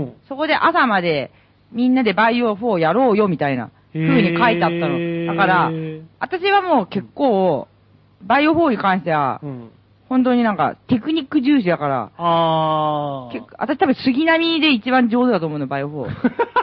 そこで朝までみんなでバイオフォーやろうよみたいな風に書いてあったの。だから、私はもう結構、バイオフォーに関しては、本当になんかテクニック重視だから、 あ結構私多分杉並で一番上手だと思うの、バイオフォー。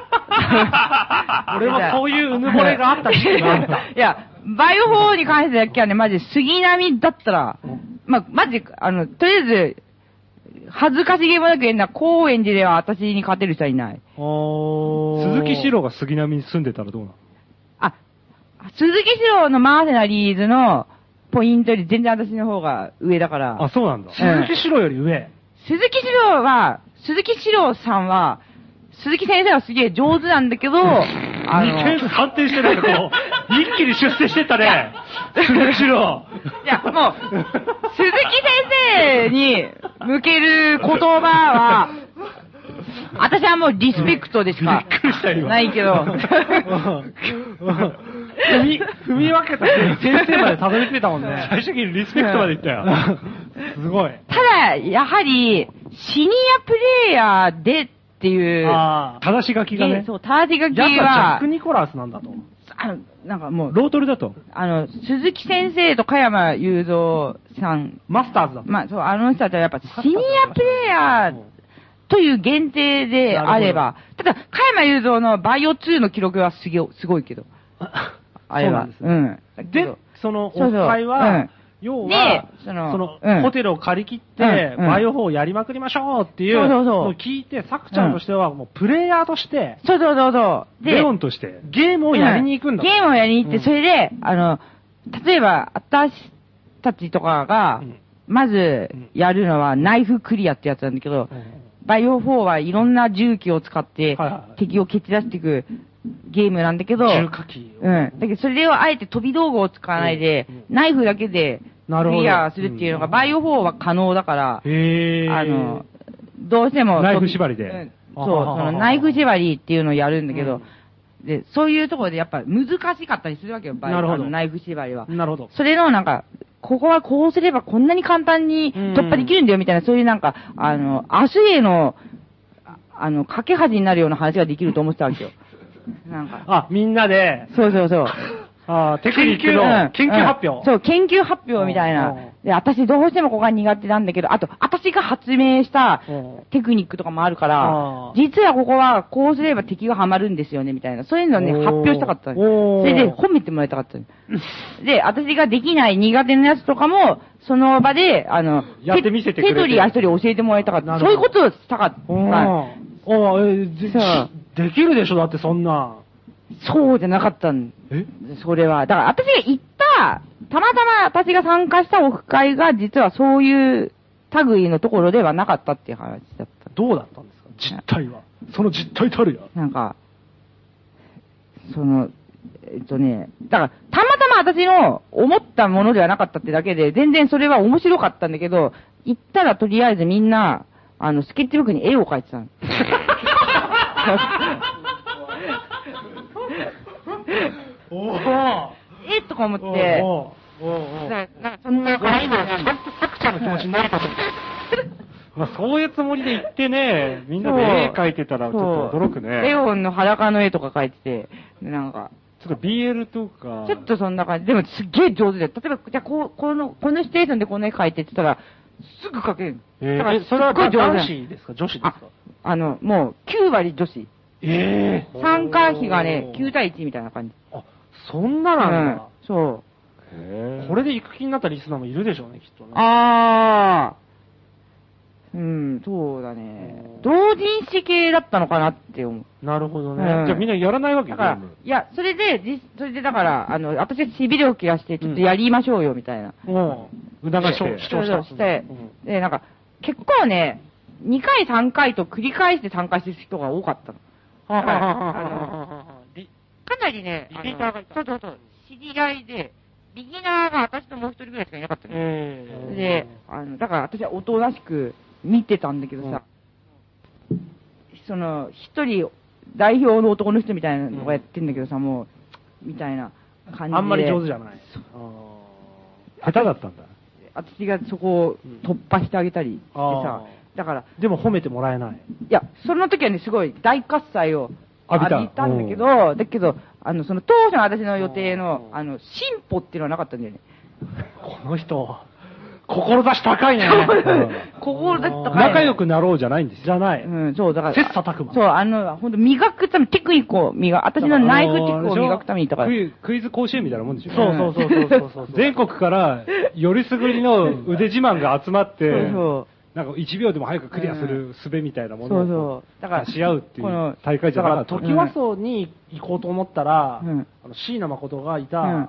俺はそういううぬぼれがあった時期があった。 いや、バイオフォーに関してだけはね、マジ杉並だったら、まあ、マジ、あの、とりあえず、恥ずかしげもなく言うのは、高円寺では私に勝てる人はいない。 鈴木史郎が杉並に住んでたらどうなの？ あ、鈴木史郎のマーセナリーズのポイントより全然私の方が上だから。 あ、そうなんだ。 鈴木史郎より上。 鈴木史郎は、鈴木史郎さんは、 鈴木先生はすげえ上手なんだけど、あの、にてん判定してないけど、一気に出世してったね。鈴木史郎。 いや、もう、鈴木先生に向ける言葉は、私はもうリスペクトでしかないけど。 踏み、踏み分けた先生までたどり着いたもんね。 最終的にリスペクトまで言ったよ。すごい。 ただ、やはり、シニアプレイヤーでっていう、 正し書きがね。 そう、正し書きは、 ジャック・ニコラスなんだと。 あの、なんかもう、 ロートルだと。 あの、鈴木先生と加山雄三さん。 マスターズだと。 まあ、そう、あの人たちはやっぱシニアプレイヤーという限定であれば、ただ、加山雄三のバイオツーの記録はすげすごいけど。あれは。 うん。で、その、おっぱいは、要は、その、ホテルを借り切って、バイオフォーをやりまくりましょうっていうのを聞いて、サクちゃんとしては、もうプレイヤーとして、 そうそうそうそう。 レオンとして、 ゲームをやりに行くんだ。 ゲームをやりに行って、それで、あの、例えば、私たちとかが、まず、やるのは、ナイフクリアってやつなんだけど、バイオフォーはいろんな銃器を使って、敵を蹴散らしていく、ゲームなんだけど、 重火器。 うん。だけど、それをあえて飛び道具を使わないで、うんうん、ナイフだけで、クリアするっていうのが、バイオフォーは可能だから、 へあの、どうしても、 ナイフ縛りで。 うん、そう、そのナイフ縛りっていうのをやるんだけど、うん、で、そういうところでやっぱ難しかったりするわけよ、バイオフォーのナイフ縛りは。 なるほど。 それのなんか、ここはこうすればこんなに簡単に突破できるんだよみたいな、そういうなんか、あの、明日への、あの、架け橋になるような話ができると思ってたわけよ。なんか。 あ、みんなで。 そうそうそう。 あテクニックの研究発表、うんうん。そう、研究発表みたいな。で、私どうしてもここが苦手なんだけど、あと、私が発明したテクニックとかもあるから、実はここはこうすれば敵がハマるんですよね、みたいな。そういうのをね、発表したかった。それで褒めてもらいたかった。で、私ができない苦手なやつとかも、その場で、あの、 やってみせてくれて。 手取り足取り教えてもらいたかった。そういうことをしたかった。 ああ、え、できるでしょ、だってそんな。 そうじゃなかったんえそれは。だから私が行った、たまたま私が参加したオフ会が実はそういう類のところではなかったっていう話だった。 どうだったんですか実態は。その実態たるや。 なんか、その、えっとね、だからたまたま私の思ったものではなかったってだけで、全然それは面白かったんだけど、行ったらとりあえずみんな、あの、スケッチブックに絵を描いてたの。 おえとか思って、 おおなんかそんな可愛いのが、サクちゃんの気持ちになるかと思って。 まあそういうつもりで行ってね、みんなで絵描いてたらちょっと驚くね。 レオンの裸の絵とか描いてて、なんか。 ちょっと ビーエル とか。 ちょっとそんな感じ。でもすっげえ上手で。例えば、じゃあこう、この、このシチュエーションでこの絵描いてって言ったら、すぐ描ける。 えー、それは男子ですか女子ですかあ、あの、もうきゅう割女子。 ええー。参加費がね、きゅう対いちみたいな感じ。 あ、そんななんだ。うん、 そう。 へこれで行く気になったリスナーもいるでしょうね、きっとね。 あー。うん、そうだね。同人誌系だったのかなって思う。 なるほどね。 うん、じゃあみんなやらないわけだから、いや、それで、じそれでだから、あの、私がしびれを切らして、ちょっとやりましょうよ、みたいな。 うん。うだが主張した。 して、うん、で、なんか、結構ね、にかいさんかいと繰り返して参加してる人が多かったの。だから、あの、かなりね、リピーターが、そうそうそう、知り合いで、ビギナーが私ともう一人ぐらいしかいなかったの。で、あの、だから私はおとなしく見てたんだけどさ、うん、その、一人、代表の男の人みたいなのがやってんだけどさ、もう、みたいな感じで。 あんまり上手じゃない。 下手だったんだ。 私がそこを突破してあげたりしてさ、だから。 でも褒めてもらえない。いや、その時はね、すごい大喝采を浴びたんだけど、だけど、あの、その当初の私の予定の、あの、進歩っていうのはなかったんだよね。 この人、志高いね。 志高い。 仲良くなろうじゃないんですよ。 じゃない。 うん、そう、だから。 切磋琢磨。 そう、あの、ほんと磨くため、テクニックを磨く、私のナイフテクニックを磨くためにとか。 クイズ甲子園みたいなもんでしょ。 そうそうそうそうそう。 全国から、よりすぐりの腕自慢が集まって、 そうそう。 なんかいちびょうでも早くクリアする術みたいなものを、そうそう。だから、 し合うっていう大会じゃなかった。 だから、トキワ荘に行こうと思ったら、あの、椎名誠がいた、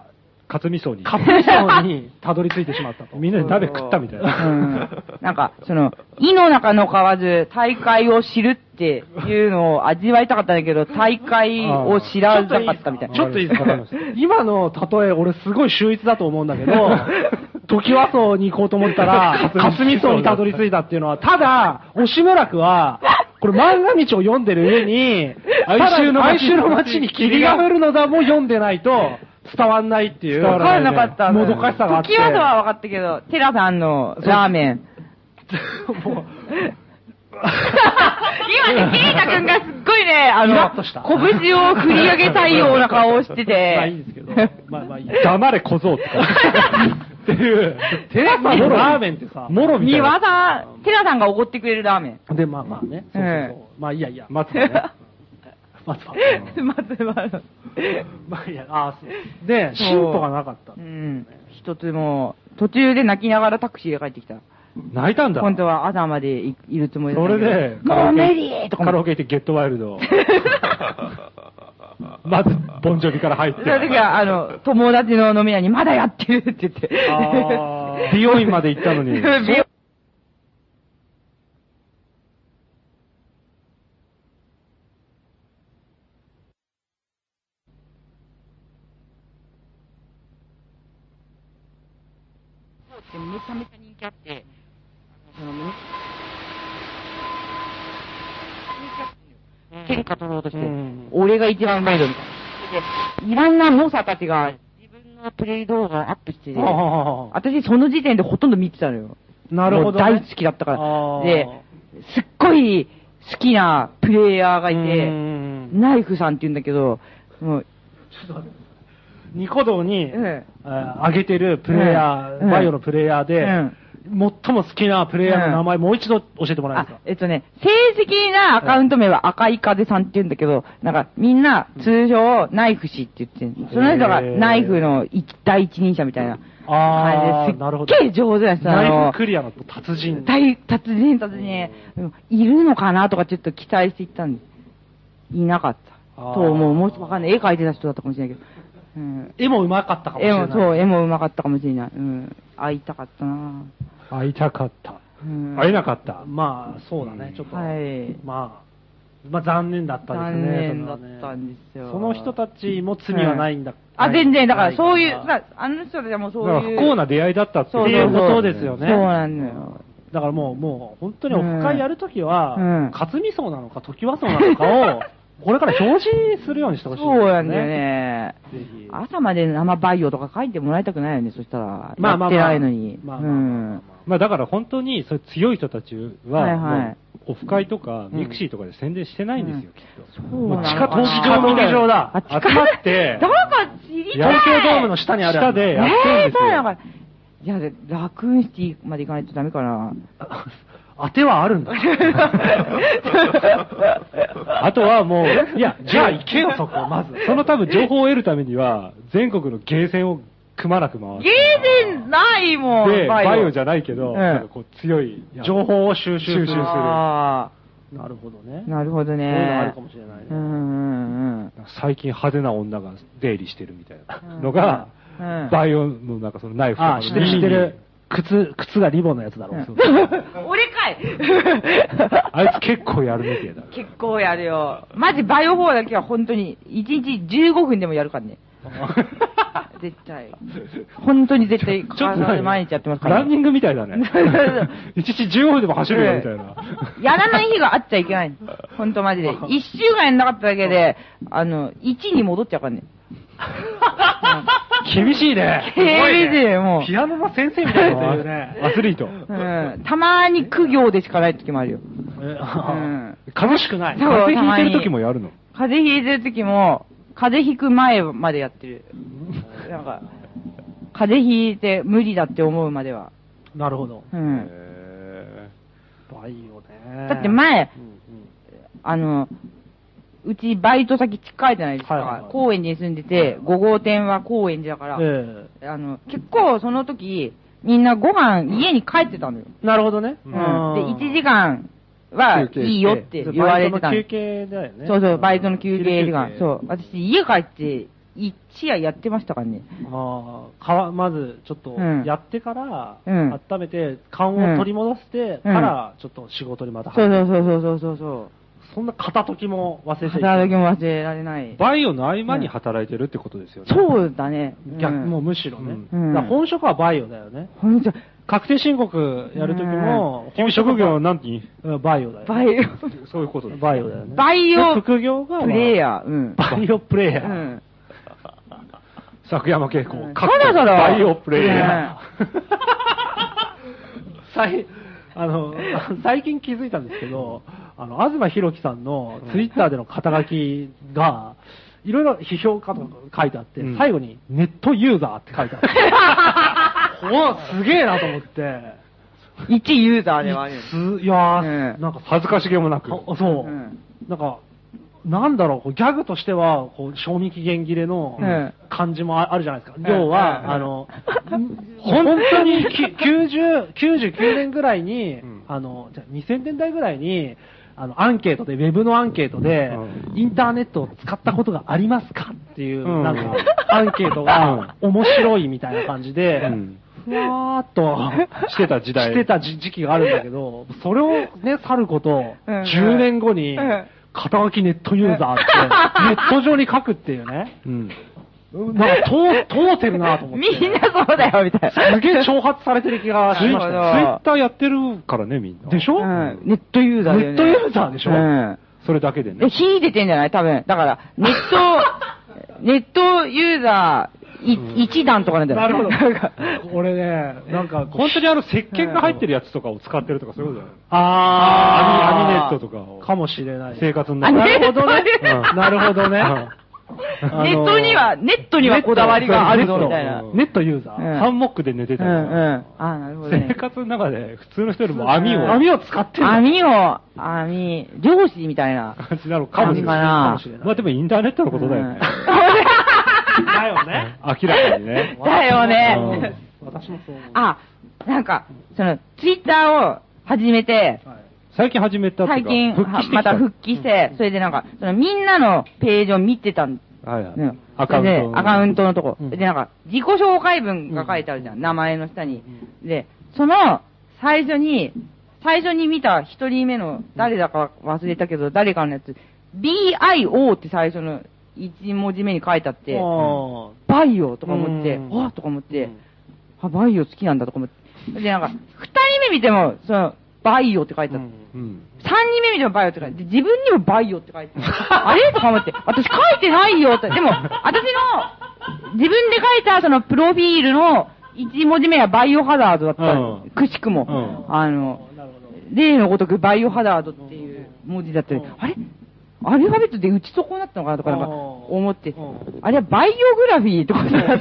カツ味噌に。 カツ味噌にたどり着いてしまったと。 みんなで鍋食ったみたいな。 うん。なんか、その、井の中の蛙、大海を知るっていうのを味わいたかったんだけど、大海を知らなかったみたいな。 ちょっといいですか？今の例え、俺すごい秀逸だと思うんだけど、トキワ荘に行こうと思ったら、カツ味噌にたどり着いたっていうのは、ただ、押村区は、これ漫画道を読んでる上に、哀愁の哀愁の街に霧が降るのだも読んでないと、伝わんないっていう。 わからなかった。 もどかしさがあって。 時はとは分かったけど、テラさんのラーメン。もう今ね、ケイタくんがすっごいね、あの、拳を振り上げたいような顔をしてて。 まあいいんですけど、まあまあいい。 黙れ小僧って。っていう、 テラさんのラーメンってさ、 もろみたいな。 庭さん、テラさんがおごってくれるラーメン。 で、まあまあね。そうそうそう。まあいいやいや。 待つわね。 待つわ。 待つわ。 まあいや、ああ、そう。で、進歩がなかった。 うん。一つも、途中で泣きながらタクシーで帰ってきた。 泣いたんだ。 本当は朝まで い, いるつもりだったそれで、 もう無理とか。 カラオケ行ってゲットワイルド。まず、ボンジョビから入って。 その時は、あの、友達の飲み屋にまだやってるって言って。 あ美容院まで行ったのに。 美容めちゃめちゃ人気あって、そのね、喧嘩取ろうとして、うん、俺が一番うまいぞみたいな。で、いろんな猛者たちが自分のプレイ動画をアップしてて、私その時点でほとんど見てたのよ。 なるほど、ね。 大好きだったから。で、すっごい好きなプレイヤーがいて、ナイフさんって言うんだけど、もうちょっと待って。ニコ動に、ええ、上げてるプレイヤー、ええ、バイオのプレイヤーで、ええ、最も好きなプレイヤーの名前、ええ、もう一度教えてもらえますか？ えっとね、正式なアカウント名は赤い風さんって言うんだけど、なんかみんな通称ナイフ氏って言ってる。その人がナイフの第一人者みたいな。 ああ、なるほど。 すっげえ上手な人なの。 ナイフクリアの達人。 大、達人、達人。いるのかなとかちょっと期待していったんです。いなかった。と思う。もうわかんない。絵描いてた人だったかもしれないけど。 うん、絵も上手かったかもしれない。 絵も、そう、絵も上手かったかもしれない。うん。会いたかったな会いたかった。うん、会えなかった。 まあ、そうだね。ちょっと。 はい。 まあ、まあ残念だったですね。 残念だったんですよ。 その人たちも罪はないんだ。うん、 あ、全然、だからそういう、あの人たちはもうそういう。 不幸な出会いだったっていうことですよね。 そうなんだよ。 だからもう、もう、本当にオフ会やるときは、うん、カツミソウなのか、トキワソウなのかを、これから表示するようにしてほしい、ね。 そうなんだよね。ぜひ。朝まで生バイオとか書いてもらいたくないよね、そしたら。まあまあまあ。やってないのに。 まあまあまあ、まあ。まあだから本当に、そういう強い人たちは、はいはい、オフ会とか、ミクシーとかで宣伝してないんですよ、うん、きっと。そうなんだ。地下闘技場みたいな。だ。集まって、 だから知りたい。 東京ドームの下にある。 下でやってるんですよ。 えー、そうなんか、いや、ラクーンシティまで行かないとダメかな。 当てはあるんだ。 あとはもう、 いや、じゃあ行けよ、そこ、まず。 その多分情報を得るためには、全国のゲーセンをくまなく回る。 ゲーセンないもん、 で、バイオ。バイオじゃないけど、うん、なんかこう強い情報を収集する。収集する。 あなるほどね。 なるほどね。 そういうのあるかもしれないね。うんうんうん、 最近派手な女が出入りしてるみたいなのが、うんうん、バイオのなんかそのナイフとか。 あ、知ってる知ってる。靴、靴がリボンのやつだろう。 俺かいあいつ結構やるみてえだ。 結構やるよ。マジバイオフォーだけは本当にいちにちじゅうごふんでもやるからね。絶対。本当に絶対、ちょっと毎日やってますから、 ね。ランニングみたいだね。いちにちじゅうごふんでも走るよみたいな。 やらない日があっちゃいけない。本当マジで。いっしゅうかんやんなかっただけで、あの、いちに戻っちゃうからね。 厳しいね。 厳しい、もう。 ピアノの先生みたいなこと言うね。 アスリート。 うん。たまに苦行でしかない時もあるよ。うん。 悲しくない。 風邪ひいてる時もやるの？ 風邪ひいてる時も、風邪ひく前までやってる。なんか、風邪ひいて無理だって思うまでは。 なるほど。 うん。 へー。バイオね。 だって前、うんうん、あの、うちバイト先近いじゃないですか。はいはいはい、高円寺に住んでて、ご号店は高円寺だから、えー、あの、結構その時、みんなご飯家に帰ってたのよ。 なるほどね。 うん。で、いちじかんはいいよって言われてたの。 バイトの休憩だよね。 そうそう、バイトの休憩時間。そう。私家帰って一夜やってましたからね。 ああ、かわ、まず、ちょっと、やってから、うん、温めて、勘を取り戻して、から、ちょっと仕事にまた入る。そうそうそうそうそう。 そんな片時も忘れて片時も忘れられない。 バイオの合間に働いてるってことですよね。 そうだね。 逆、もうむしろね。本職はバイオだよね。 本職。 確定申告やるときも、 君職業は何にバイオだよ。 バイオ。 そういうことです。 バイオだよね。 バイオ。 副業が、 プレイヤー。うん。 バイオプレイヤー。うん。 作山傾向。そろそろ。 バイオプレイヤー。あの、最近気づいたんですけど、あの、東博樹さんのツイッターでの肩書きが、いろいろ批評家とか書いてあって、うん、最後にネットユーザーって書いてあって、おすげえなと思って。 一ユーザーではある。 いやー、うん、なんか恥ずかしげもなく。 そう。うん、なんか、なんだろう、ギャグとしては、こう、賞味期限切れの感じもあるじゃないですか。要は、あの、本当にきゅうじゅう、きゅうじゅうきゅうねんぐらいに、あの、じゃにせんねんだいぐらいに、あの、アンケートで、ウェブのアンケートで、インターネットを使ったことがありますかっていう、なんか、アンケートが面白いみたいな感じで、ふわーっとしてた時代。 してた時期があるんだけど、それをね、去ること、じゅうねんごに、肩書きネットユーザーって、ネット上に書くっていうね。うん。なんか、通、通ってるなと思って。 みんなそうだよ、みたいな。 すげえ挑発されてる気がしました。ツイッターやってるからね、みんな。 でしょ、 うん、ネットユーザーで、ね。ネットユーザーでしょ、うん、 それだけでね。 火出てんじゃない多分。だから、ネット、ネットユーザー、一段とかなんだよ。 なるほど。俺ね、なんか、 本当にあの、石鹸が入ってるやつとかを使ってるとかそういうことだよね。 あー。網、網ネットとかを。 かもしれない。 生活の中で。 なるほどね。なるほどね。 ネットには、ネットにはこだわりがあるぞ、みたいな。 ネットユーザーハンモックで寝てたり。うんうん。 ああ、なるほど。 生活の中で、普通の人よりも網を。 網を使ってる。 網を、網、漁師みたいな。 感じなのかもしれない。まあでもインターネットのことだよね。 だよね。 明らかにね。 だよね。 私もそう思う。 あ、なんか、その、ツイッターを始めて、 最近始めたって最近、また復帰して、それでなんか、そのみんなのページを見てたんはいはい。 アカウント。アカウントのとこ。で、なんか、自己紹介文が書いてあるじゃん。名前の下に。で、その、最初に、最初に見た一人目の、誰だか忘れたけど、誰かのやつ、ビーアイオー って最初の一文字目に書いてあって、バイオとか思って、あとか思って、あ、バイオ好きなんだとか思って。で、なんか、二人目見ても、その、バイオって書いてあって、三人目見てもバイオって書いてあって、自分にもバイオって書いてあって、あれとか思って、私書いてないよって、でも、私の、自分で書いたそのプロフィールの一文字目はバイオハザードだった、くしくも、あの、例のごとくバイオハザードっていう文字だったり、あれアルファベットで打ち損なったのかなとかなんか思って、あれはバイオグラフィーとか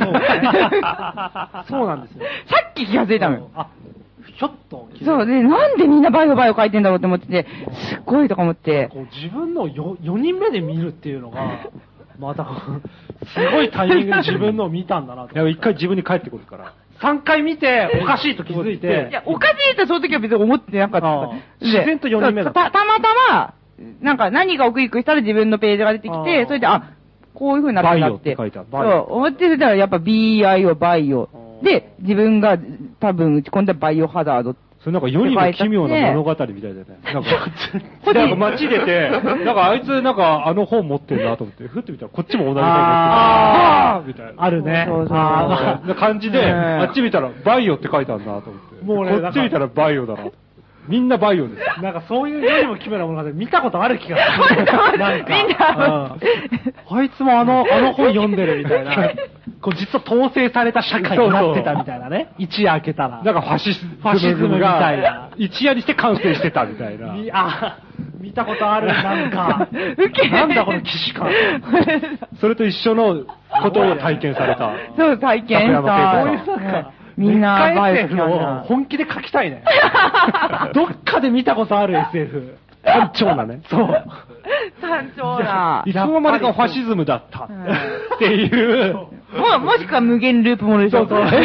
そうなんですよ。 さっき気がついたのよ。 ちょっとそうで、なんでみんなバイオバイオ書いてんだろうって思ってて、すっごいとか思って。 こう自分の よ, よにんめで見るっていうのが、また、すごいタイミングで自分のを見たんだなと。 いや、一回自分に帰ってくるから。 さんかい見て、おかしいと気づいて。 いや、おかしいってその時は別に思ってなかった。 自然とよにんめだった。 た、たまたま、なんか何かをクリックしたら自分のページが出てきて、それで、あ、こういう風になってんだって。 バイオって書いてあった。 そう、思ってたらやっぱ ビーアイオー バイオ。で、自分が多分打ち込んだバイオハザード。 それなんか世にも奇妙な物語みたいだよね。なんか、なんか街出て、なんかあいつなんかあの本持ってんなと思って、ふって見たらこっちも同じ本持ってる。あーみたいな。あるね。 そうそう。な感じで、あっち見たらバイオって書いてあるなと思って。もうね、こっち見たらバイオだな。みんなバイオです。 なんかそういうよりも奇妙な物語見たことある気がする。なんか。あいつもあの、あの本読んでるみたいな。こう実は統制された社会になってたみたいなね。一夜明けたら。 なんかファシスファシズムみたいな。 一夜にして完成してたみたいな。 あ、見たことある、なんか。なんだこの騎士感。 それと一緒のことを体験された。 そう、体験した。 そういうなんか、 みんなバイオ エスエフ を本気で書きたいね。どっかで見たことある エスエフ。 単調なね。 そう。 単調な。 いつの間にかファシズムだったっていう。 も、もしくは無限ループものでしょ。そうそう。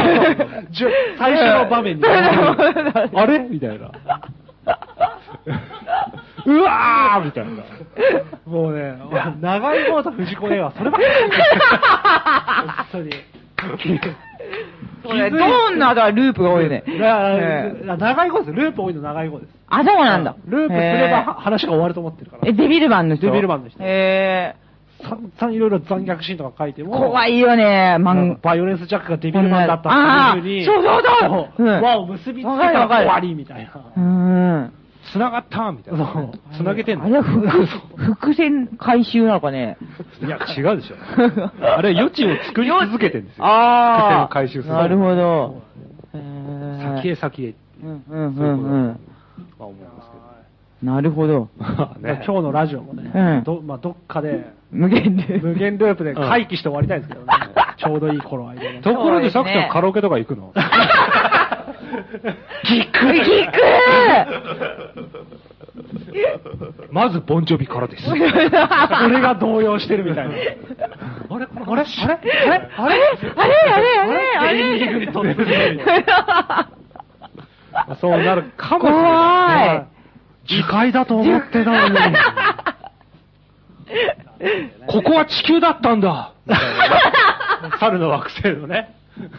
最初の場面に。 あれみたいな。 うわーみたいな。もうね、長い方と藤子 A はそればっかり。本当に。 そうね、どんなだループが多いね。 長い方です。ループ多いの長い方です。 あ、そうなんだ。 ループすれば話が終わると思ってるから。 え、デビルマンの人デビルマンの人。 へー。 散々いろいろ残虐シーンとか書いても。 怖いよね、漫バイオレンスジャックがデビルマンだったっていうふうに。 そうそうそう。 輪を結びつけたら終わりみたいな。うん。繋がったみたいな。そう。繋げてんの。 あれは伏線回収なのかね。 いや、違うでしょ。あれ、余地を作り続けてんですよ。 ああ。 伏線を回収する。 なるほど。 先へ先へ。 うんうんうんうん。 まあ思いますけど。 なるほど。 今日のラジオもね、どまあどっかで、 無限ループ。無限ループで回帰して終わりたいですけどね。ちょうどいい頃合いで。 ところで、さくちゃんカラオケとか行くの聞く聞くまず、ボンジョビからです。俺が動揺してるみたいな。あれあれあれあれあれあれあれあれあれエンディングに飛んでる。そうなるかもしれない。 怖い。 次回だと思ってたのに。ここは地球だったんだ。猿の惑星のね。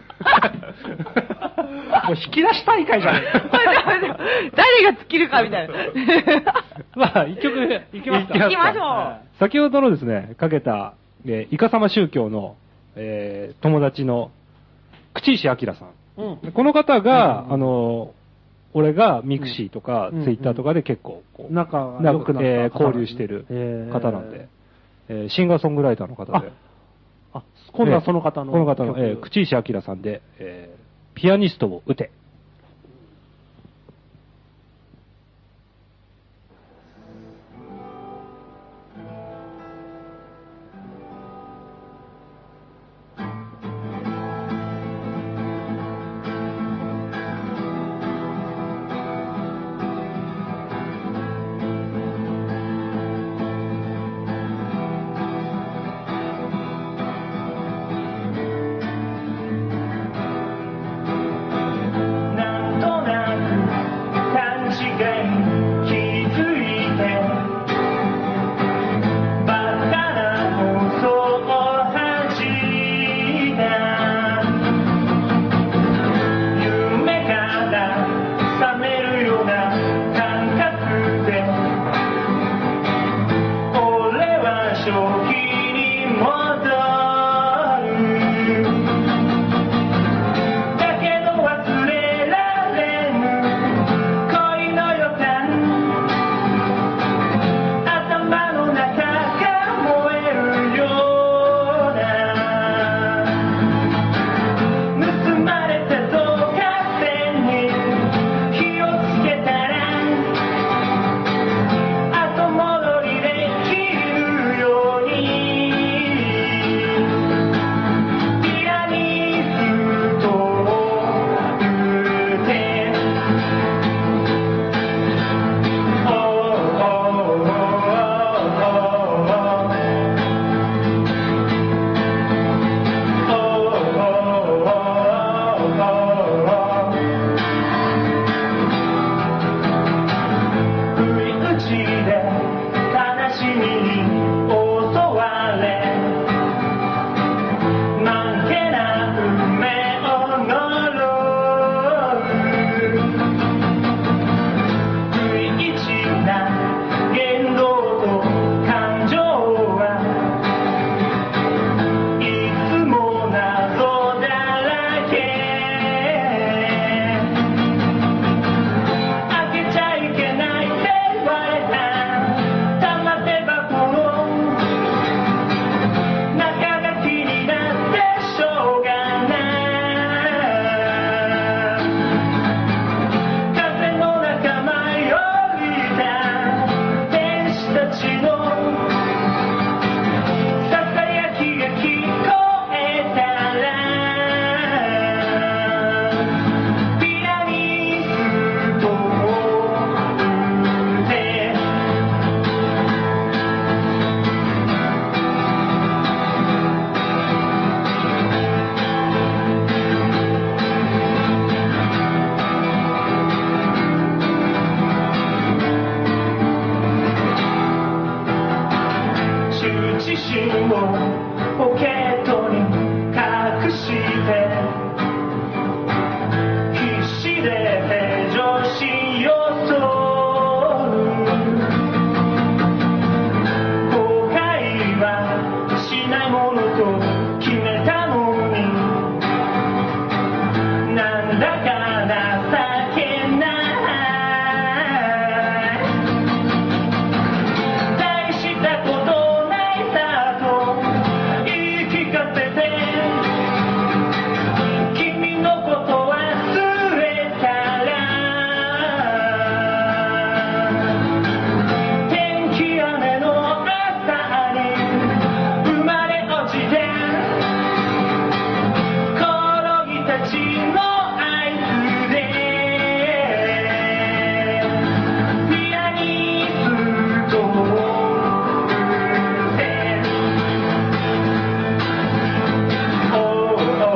もう引き出し大会じゃん。 誰が尽きるかみたいな。 まあ、一曲、いきますか。 行きましょう。 先ほどのですね、かけた、えー、イカサマ宗教の、えー、友達の、口石明さん。うん、この方が、うんうん、あの、俺がミクシーとか、ツイッターとかで結構、こう、 仲が良くなった、 えー、交流してる方なんで、えー、シンガーソングライターの方で。 あ、今度はその方の、 この方の、えー、口石明さんで、えー、ピアニストを打て。 と決めたのになんだか情けない大したことないさと言い聞かせて君のこと忘れたら天気雨の朝に生まれ落ちて転ぎ立ちの合図でピアニストを打ておーおーおーお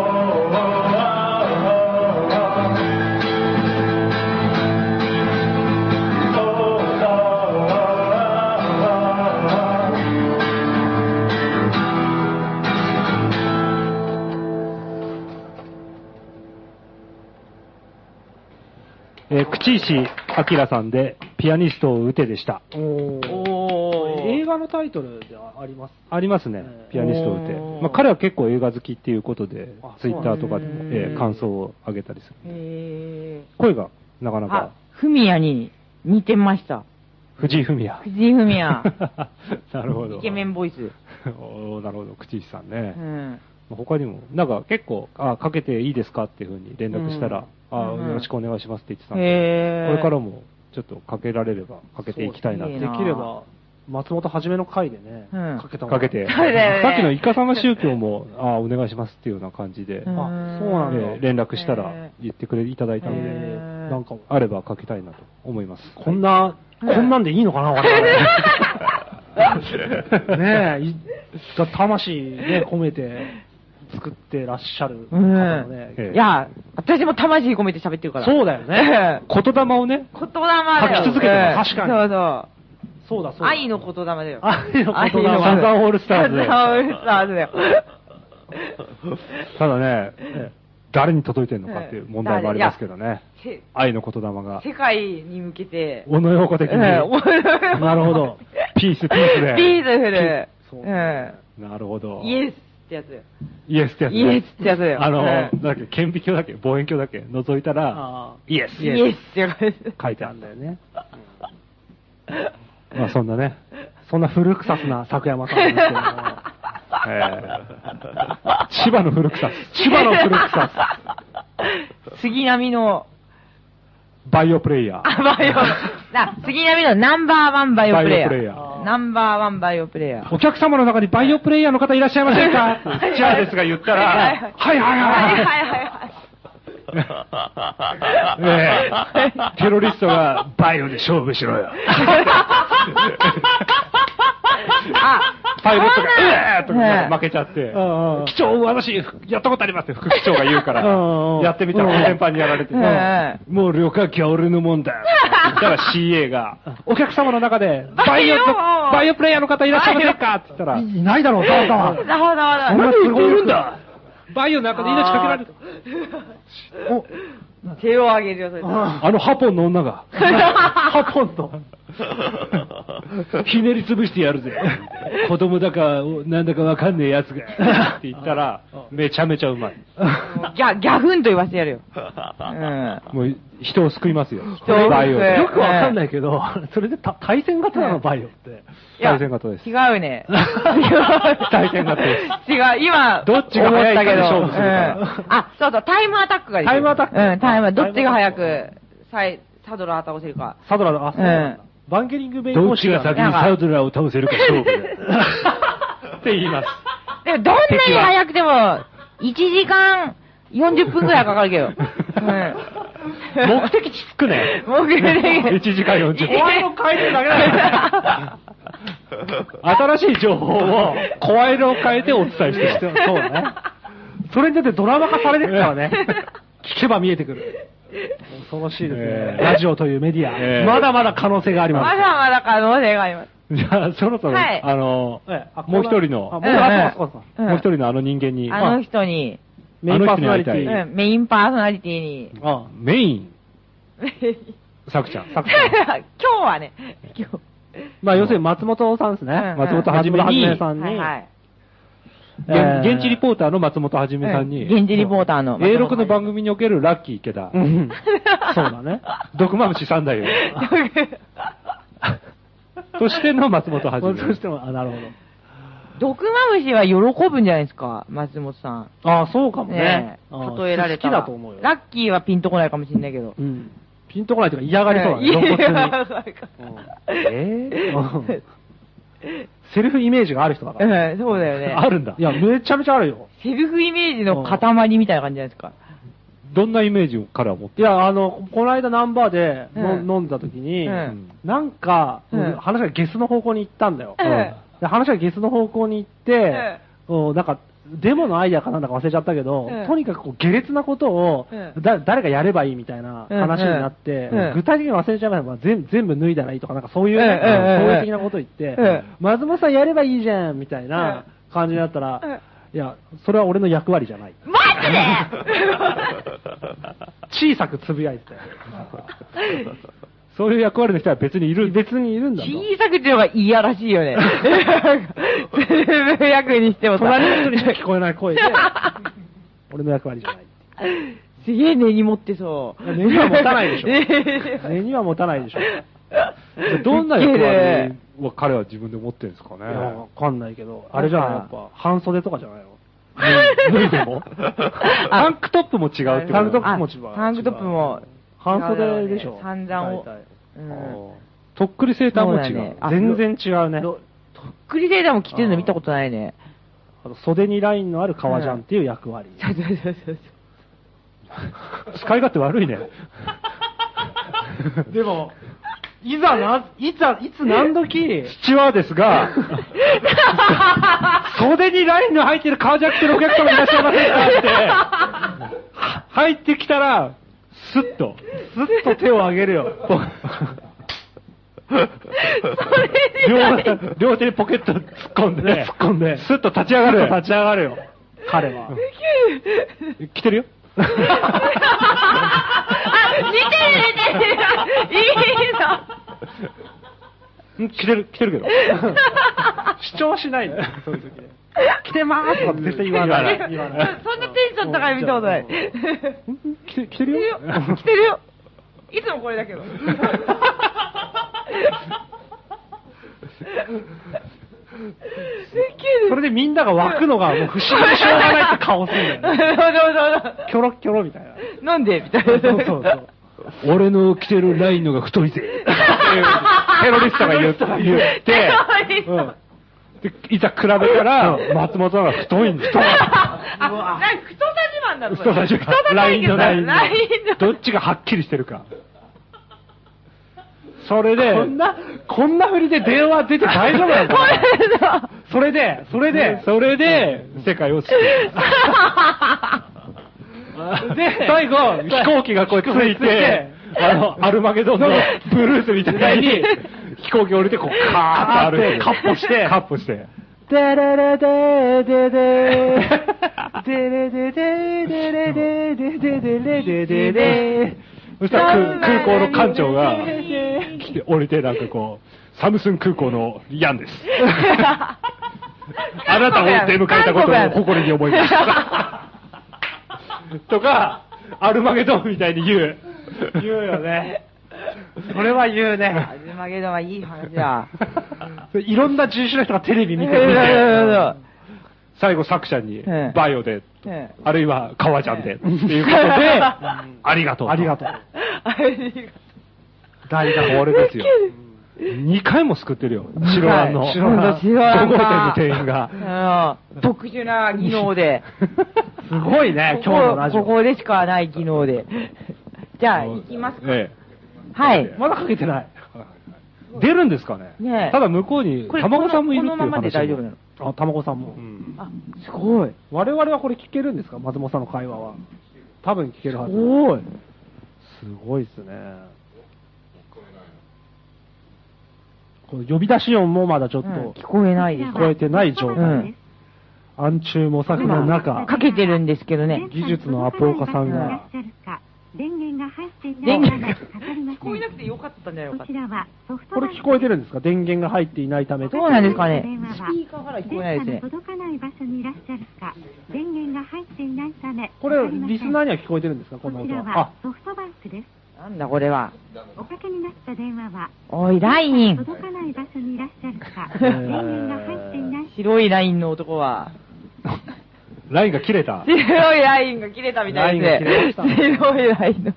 えー、口石明さんで、ピアニストを打てでした。 おー。映画のタイトルでありますありますね、ピアニストを打て。まあ、彼は結構映画好きっていうことで、ツイッターとかでも、えー、感想を上げたりする。 へ声がなかなか。 フミヤに似てました。 藤井フミヤ。 藤井フミヤ。 なるほど。 イケメンボイス。 おー、なるほど、口石さんね。 うん他にも、なんか結構、あ、かけていいですかっていうふうに連絡したら、うん、あ、よろしくお願いしますって言ってたんで、これからもちょっとかけられればかけていきたいなって。 できれば、松本はじめの回でね、うん、かけたかけて。さっきのイカ様宗教も、あ、お願いしますっていうような感じで、 あ、そうなんで、 連絡したら言ってくれ、いただいたので、なんかあればかけたいなと思います。 こんな、こんなんでいいのかな、我々。ねえ、魂ね、込めて、作ってらっしゃる方のね、 うん。いや、私も魂込めて喋ってるから。 そうだよね。 言霊をね、 言霊だよ。 書き続けてます。確かに。 そうそう。 そうだそうだ。 愛の言霊だよ。 愛の言霊。 サザンオールスターズで。 サザンオールスターズだよ。 ただね、誰に届いてるのかっていう問題もありますけどね。愛の言霊が。 世界に向けて。 小野洋子的に。なるほど。 ピース、ピースで。 ピースフル。 なるほど。 イエスってやつ。 イエスってやつ。 イエスってやつだよ。 あの、なんだっけ、顕微鏡だっけ、望遠鏡だっけ、覗いたら、イエス。 イエスって書いてあるんだよね。まあそんなね。 そんな古臭すな作山さんですけども。 えー、千葉の古臭す。千葉の古臭す。杉並のバイオプレイヤー。 あ、バイオ。な、杉並のナンバーワンバイオプレイヤー。バイオプレイヤー。ナンバーワンバイオプレイヤー。 お客様の中にバイオプレイヤーの方いらっしゃいませんかチャーですが言ったら、はいはいはい。はいはいはい。ねえ、テロリストがバイオで勝負しろよ。あ、パイロットが、えーとか負けちゃって、機長、私、やったことありますって副機長が言うから、やってみたら先輩にやられて、もう旅客機は俺のもんだ。言ったら シーエー が、お客様の中で、バイオ、バイオプレイヤーの方いらっしゃいませんかって言ったら、 いないだろう、ざわざわ。 ざわざわだ。 何言ってるんだ。バイオの中で命かけられる。 お、手を挙げるよ、それ。 あのハポンの女が。 ハポンと。 ひねり潰してやるぜ。子供だか、なんだかわかんねえやつが。って言ったら、めちゃめちゃうまい。 ギャ、ギャフンと言わせてやるよ。 もう、人を救いますよ。 バイオ。よくわかんないけど、それで対戦型なの、バイオって。 対戦型です。 違うね。 対戦型です。 違う、今、 どっちが早いかで勝負するから。 あ、そうそう、タイムアタックがいい。 タイムアタックうん、タイム、どっちが早く、サドラー倒せるか。 サドラー、あ、そうなんだ。バンケリングベイどっちが先にサドラーを倒せるか勝負だ。って言います。 でも、どんなに早くても、いちじかんよんじゅっぷんくらいかかるけど。 目的地つくね。 目的地。 いちじかんよんじゅっぷん。 声の変えてるだけだよ。 新しい情報を声色を変えてお伝えしてる。 そうね。それにだってドラマ化されてるからね。聞けば見えてくる。恐ろしいですね、えー。ラジオというメディア、えー。まだまだ可能性があります。 まだまだ可能性があります。 じゃあ、そろそろ、はい、あの、えー、もう一人の、もう一人のあの人間に。 あの人に。 メインパーソナリティ。 メインパーソナリティに。 あ、メイン。さくちゃん。さくちゃん。 今日はね、今日。 まあ、要するに松本さんですね。松本はじめさんに。はいはい。 現地リポーターの松本はじめさんに、 現地リポーターの。 エーろく の番組におけるラッキー池田。 そうだね。 毒まぶし三代よ。としての松本はじめ。 としての、あ、なるほど。 毒まぶしは喜ぶんじゃないですか、松本さん。 ああ、そうかもね。 例えられたら。 好きだと思うよ。 ラッキーはピンとこないかもしれないけど。 うん。ピンとこないというか嫌がりそうだね、露骨に。 えぇセルフイメージがある人だから。 うん、そうだよね。 あるんだ。いや、めちゃめちゃあるよ。 セルフイメージの塊みたいな感じじゃないですか。 どんなイメージを彼は持ってる？いや、あの、この間ナンバーで飲んだ時に、なんか、話がゲスの方向に行ったんだよ。話がゲスの方向に行って、なんか、デモのアイデアかなんだか忘れちゃったけど、とにかくこう下劣なことを、だ誰がやればいいみたいな話になって、具体的に忘れちゃいました。全全部脱いだらいいとか、なんかそういう、そういう的なこと言って、松本さんやればいいじゃんみたいな感じになったら、いや、それは俺の役割じゃない。 マジで小さくつぶやいてたよ。 そういう役割の人は別にいる。 別にいるんだ小さくっていうのが嫌らしいよね。つぶやくにしてもさ。 隣の人にしか聞こえない声で、俺の役割じゃない。 すげえ根に持ってそう。 根には持たないでしょ。根には持たないでしょ。 どんな役割は彼は自分で持ってるんですかね。 わかんないけど。あれじゃない、やっぱ、半袖とかじゃないの。脱いでもタンクトップも違うってこと。 タンクトップも違う。 タンクトップも。 半袖でしょ。 散々を。 とっくりセーターも違う。 全然違うね。 とっくりセーターも着てるの見たことないね。 あと袖にラインのある革ジャンっていう役割。 そうそうそうそう。 使い勝手悪いね。 でも、いざな、いざ、いつ何時父はですが、袖にラインの入ってる革ジャン着てるお客様いらっしゃいませんかって、入ってきたら、スッと、 スッと手を上げるよ。 両、両手にポケット突っ込んで、 突っ込んで、 スッと立ち上がる。 立ち上がるよ。彼は。 来てるよ。 あ、似てる似てる。いいの。 来てる、来てるけど。 主張しないんだよ、そういう時で。来てまーすとか絶対言わない。 言わない。そんなテンション高い見たことない。 来て、来てるよ。 来てるよ。いつもこれだけど。 それでみんなが湧くのがもう不思議でしょうがないって顔するんだよね。キョロキョロみたいな。なんでみたいな。そうそうそう。 俺の着てるラインのが太いぜ。テロリストが言って、うん、でいざ比べたら、松本のが太いんだよ。太あ、太さ自慢なの太さ自慢。ラインのラインの。どっちがはっきりしてるか。それで、 こんな、こんな振りで電話出て大丈夫なのかなそれで、それで、 それで、世界を救う。 で、 最後、飛行機がこうついて、あの、アルマゲドンのブルースみたいに、飛行機降りて、こう、カーッと歩いて、 カッポして、 カッポして。 デレレデデデデレデデデレデデデレデデデそしたら空港の艦長が来て降りてなんかこう、サムスン空港のヤンです。あなたを出迎えたことを誇りに思いました。とか、アルマゲドンみたいに言う。 言うよね。それは言うね。 アルマゲドンはいい話だ。 いろんな人種の人がテレビ見てるんで。 最後作者に、バイオで、あるいは革ジャンで、っていうことで、ありがとう。 ありがとう。 大学これですよ。にかいも救ってるよ。白あんの。 白あんの。ご号店の店員が。 特殊な技能で。 すごいね、今日のラジオ。 ここでしかない技能で。じゃあ、行きますか。はい。 まだかけてない。 出るんですかね。 ねただ向こうに、卵さんもいるっていう話。 このままで大丈夫なの。 あ、卵さんも。 あ、すごい。 我々はこれ聞けるんですか、松本さんの会話は。多分聞けるはず。 すごい。 すごいっすね。この呼び出し音もまだちょっと、 聞こえないです。 聞こえてない状態。暗中模索の中。 かけてるんですけどね。 技術のアポーカさんが。 電源が入っていないためかかりません。 聞こえなくてよかったんじゃないか。 こちらはソフトこれ聞こえてるんですか？電源が入っていないため。 そうなんですかね。スピーカーから聞こえないですね。 電波の届かない場所にいらっしゃるか、電源が入っていないため。 これ、リスナーには聞こえてるんですか？この音は。 はソフトバンクです。 なんだこれは。 おかけになった電話は、 おい、ライン。 届かない場所にいらっしゃるか、電源が入っていない。 白いラインの男は。 ラインが切れた。 白いラインが切れたみたいですね。 ラインが切れましたね。 白いラインの。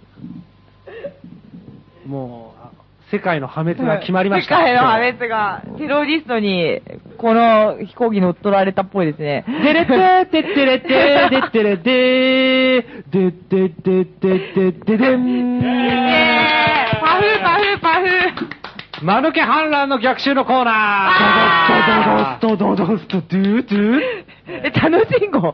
もう、世界の破滅が決まりました。 世界の破滅が、テロリストに、この飛行機乗っ取られたっぽいですね。 でれてーてってれてーでってれでーでってってってってってでん。 えー、パフパフパフ。 マヌケ反乱の逆襲のコーナー。ドドドドドドストドゥードゥー。 え、楽しんご。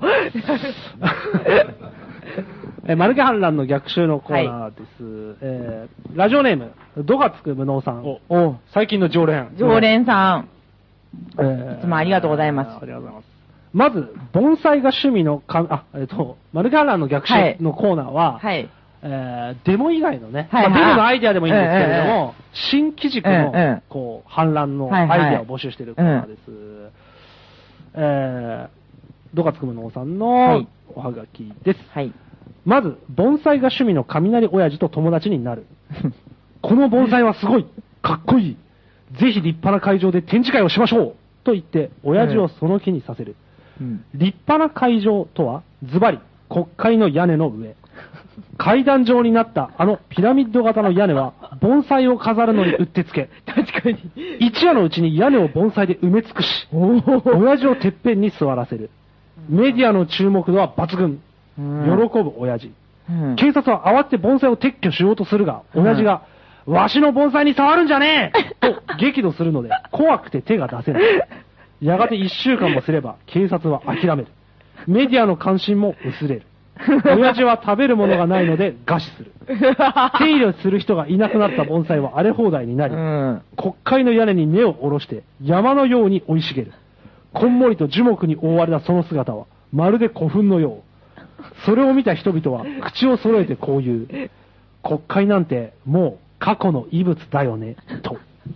え、マヌケ反乱の逆襲のコーナーです。はい、えー、ラジオネーム、ドがつく無能さん。お、お最近の常連。 常連さん。 えー、 いつもありがとうございます。 ありがとうございます。まず、盆栽が趣味のか、あ、えっと、マヌケ反乱の逆襲のコーナーは、はい。えー、デモ以外のね、はいはい、まあ、デモのアイデアでもいいんですけれども、えー、新機軸の、えー、こう、反乱のアイデアを募集しているコーナーです。はいはい、えー、ドがつく無能さんのおはがきです。はい。まず、盆栽が趣味の雷親父と友達になる。この盆栽はすごい、かっこいい。ぜひ立派な会場で展示会をしましょうと言って、親父をその気にさせる。うん、立派な会場とは、ズバリ、国会の屋根の上。階段状になったあのピラミッド型の屋根は、盆栽を飾るのにうってつけ。 確かに。 一夜のうちに屋根を盆栽で埋め尽くし、親父をてっぺんに座らせる。メディアの注目度は抜群。喜ぶ親父。うん、警察は慌てて盆栽を撤去しようとするが、親父が、うん、わしの盆栽に触るんじゃねえと激怒するので、怖くて手が出せない。やがて一週間もすれば、警察は諦める。メディアの関心も薄れる。親父は食べるものがないので餓死する。手入れする人がいなくなった盆栽は荒れ放題になり、うん、国会の屋根に根を下ろして山のように生い茂る。こんもりと樹木に覆われたその姿は、まるで古墳のよう。それを見た人々は口を揃えてこう言う。国会なんてもう過去の遺物だよね、と。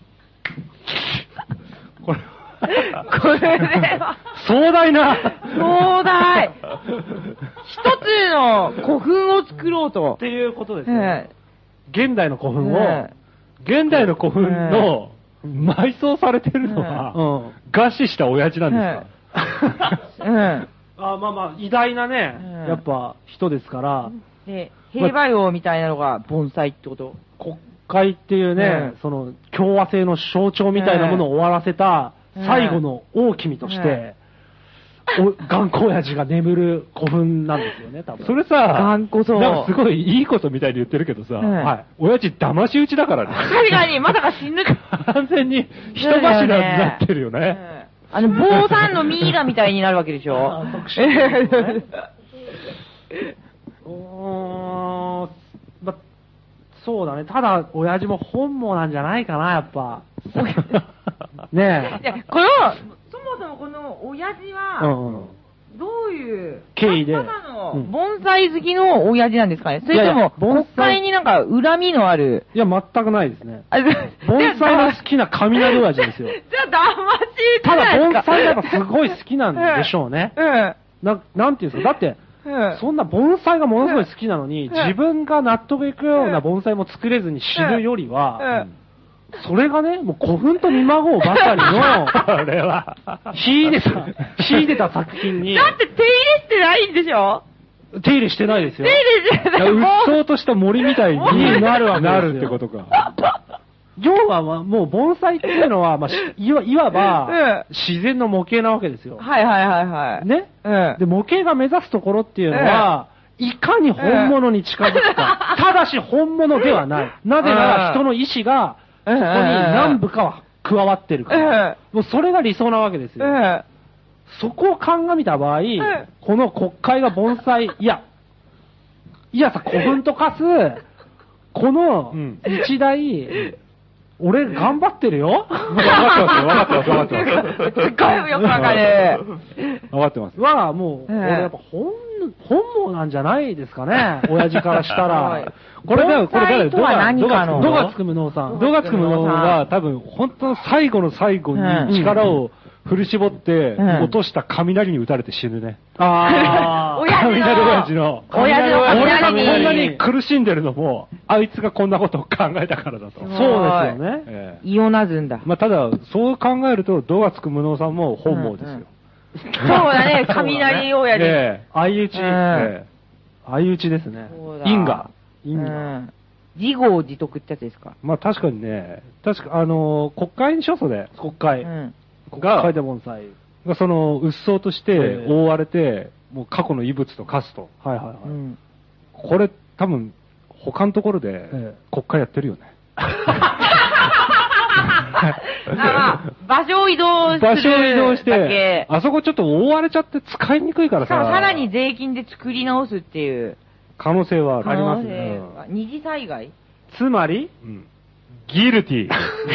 これこれでは壮大な壮大一つの古墳を作ろうとっていうことですね、えー、現代の古墳を、えー、現代の古墳の埋葬されてるのは、えーうん、餓死した親父なんですか、えーえーあまあまあ、偉大なね、うん、やっぱ人ですから。 で、平和用みたいなのが盆栽ってこと？ 国会っていうね、うん、その共和制の象徴みたいなものを終わらせた最後の大君として、うん、頑固親父が眠る古墳なんですよね、多分。 それさ、 頑固そう。 なんかすごいいいことみたいに言ってるけどさ、うん、はい。親父騙し討ちだからね。 確かに、まさか死ぬか。 完全に人柱になってるよね。 あの、坊さんのミイラみたいになるわけでしょあ、特殊、ね。 うーん、ま、そうだね。ただ、親父も本望なんじゃないかな、やっぱ。ねえ。 いや、この、そもそもこの親父は、うんうん、どういう経緯で。 ただの盆栽好きの親父なんですかね、うん、それとも、国会になんか恨みのある。 いや、全くないですね。盆栽の好きな雷親父ですよ。 じゃあ、騙し討ちただ、盆栽がやっぱすごい好きなんでしょうね。うん。な、なんていうんですか、だって、うん、そんな盆栽がものすごい好きなのに、うん、自分が納得いくような盆栽も作れずに死ぬよりは、うんうんそれがね、もう古墳と見まごうばかりの、 あれは、 秀でた、秀でた作品に。 だって手入れしてないんでしょ手入れしてないですよ。 手入れしてない。 うっそうとした森みたいになるわけですよ。 なるってことか。 要は、まあ、もう盆栽っていうのは、まあ、いわいわば、自然の模型なわけですよ。 はいはいはいはい。 ね、うん、で、模型が目指すところっていうのは、うん、いかに本物に近づくか。ただし本物ではない。なぜなら人の意志が、そこに何部かは加わってるから。もうそれが理想なわけですよ。そこを鑑みた場合、この国会が盆栽、いや、いやさ、古墳と化す、この一大、 俺頑張ってるよ。 分かってますよ、分かってます、分かってます。 すっごいよくわかる。 分かってます。 は、もう、 ええ俺やっぱ本、本望なんじゃないですかね。親父からしたら。 これだよ、これ誰とは何かの。 度がつく無能さん。 度がつく無能が多分、本当の最後の最後に力を振り絞って落とした雷に打たれて死ぬね。 ああ。 親父の。 雷親父の。 親父の俺が雷に。 こんなに苦しんでるのも、あいつがこんなことを考えたからだと。 そうですよね。 ええイオナズンだ。 まあ、ただ、そう考えると、度がつく無能さんも本望ですよ。 そうだね、雷親父。 ええ相打ち。 え相打ちですね。 そうだ因果。 因果。 うん自業自得ってやつですか。 まあ確かにね、確か、あのー、国会に書訴で、 国会。 うん。 国が会で盆栽。 がその、うっそうとしてええ覆われて、もう過去の遺物と化すと。 はいはいはい。 うん。 これ、多分、他のところでええ、 国会やってるよね。 あ場所を移動する場所を移動しだてけ、 あそこちょっと覆われちゃって使いにくいからさ。 しかもさらに税金で作り直すっていう可能性はある。 可能性ね。 が二次災害つまり、 うん。ギルティ。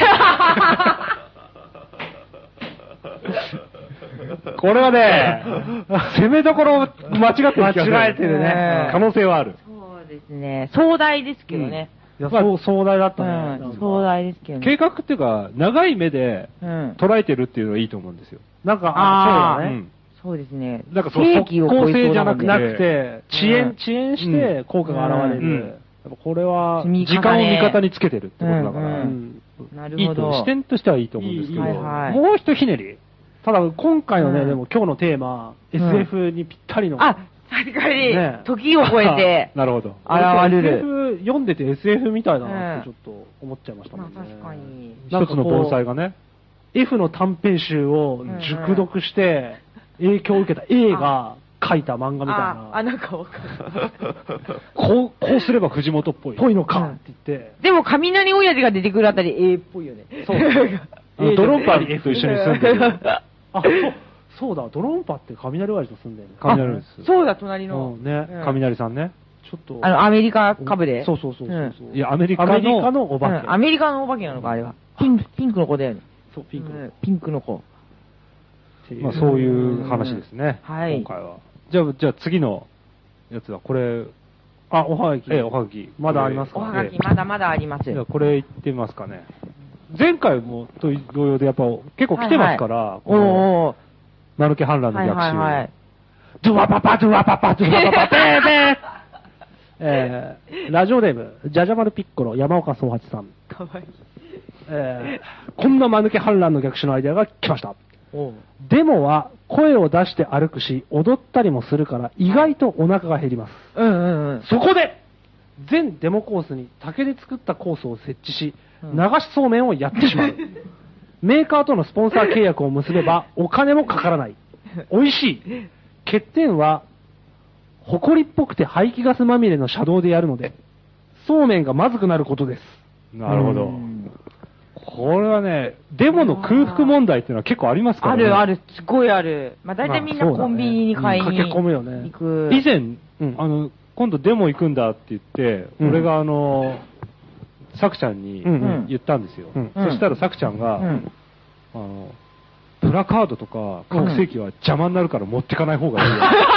これはね、攻めどころ間違ってる気がする。 間違えてるね可能性はある。 そうですね。壮大ですけどね。 いや、そう、壮大だったうね。 ん。壮大ですけどね。 計画っていうか、長い目でうん。 捉えてるっていうのがいいと思うんですよ。 なんか、 あーそうだね。 うん。 そうですね。 なんかそう世紀を超えそうだもんねなくて、遅延、 うん遅延して効果が現れうんる。やっぱこれは、 積み時間を味方につけてるってことだから、 うんうんうんなるほど。 いいと、視点としてはいいと思うんですけど、 いいいいはいはいもう一ひねり。ただ、今回のね、 うんでも今日のテーマ、 うんエスエフ にぴったりの。 あ、確かに、 ね時を超えてなるほど。 現れる。 エスエフ 読んでて エスエフ みたいだなってちょっと思っちゃいましたもんね。 まあ確かに。 なんかこう一つの盆栽がね。 F の短編集を熟読して、影響を受けた A が書いた漫画みたいあ、あ、 な。 なんかわかる。 こう、こうすれば藤本っぽい。 ぽいのかって言って。 でも、雷親父が出てくるあたり A っぽいよね。 そう。 あのドロンパーと一緒に住んでる。 あ、そう。そうだ、ドロンパって雷親父と住んでるの。 雷です。 そうだ、隣の。 うんねうん雷さんね。 ちょっと。 あの、アメリカ株で。 そうそうそうそうそう。 いや、アメリカのアメリカのお化け。 うんアメリカのお化けなのか、あれは。ピンク、ピンクの子だよね。 そう、ピンクの。 うんピンクの子。 っていうまあそういう話ですね。 はい今回は。じゃあ、じゃあ次のやつは、これ、 あ、おはがき。 ええ、おはがき。 まだありますかおはがき、まだまだあります。 じゃあこれ言ってみますかね。前回もと同様でやっぱ結構来てますから、 はいはい、 このおーおマヌケ反乱ーはいの逆襲。 はいはい。 ドゥワパパ、ドゥワパパ、ドゥワパパ、ペーペーえー、ラジオネーム、ジャジャマルピッコロ、山岡宗八さん。 かわいい。 えー、こんな間抜け反乱の逆襲のアイデアが来ました。 おうデモは声を出して歩くし、踊ったりもするから意外とお腹が減ります。 うんうんうん。 そこで、全デモコースに竹で作ったコースを設置し、 うん流しそうめんをやってしまう。メーカーとのスポンサー契約を結べばお金もかからない。美味しい。欠点は、埃っぽくて排気ガスまみれの車道でやるので、そうめんがまずくなることです。 なるほどう。んこれはね、デモの空腹問題っていうのは結構ありますからね。 あるある、すごいある。まあ大体みんなまあそうだねコンビニに買いにうん駆け込むよね行く。 以前、 うんあの、今度デモ行くんだって言って、 うん俺があの、さくちゃんにうんうん言ったんですよ。 うんそしたらさくちゃんが、 うんあの、プラカードとか拡声器は邪魔になるから持ってかない方がいいよ。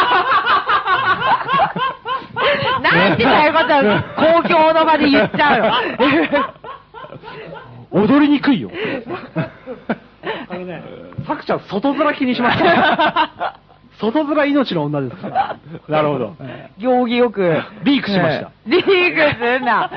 なんでそういうことを公共の場で言っちゃうの踊りにくいよ。 あのね、さくちゃん外面気にしました。外面命の女ですから。 なるほど。 行儀よく。 リークしましたうんリークすんな。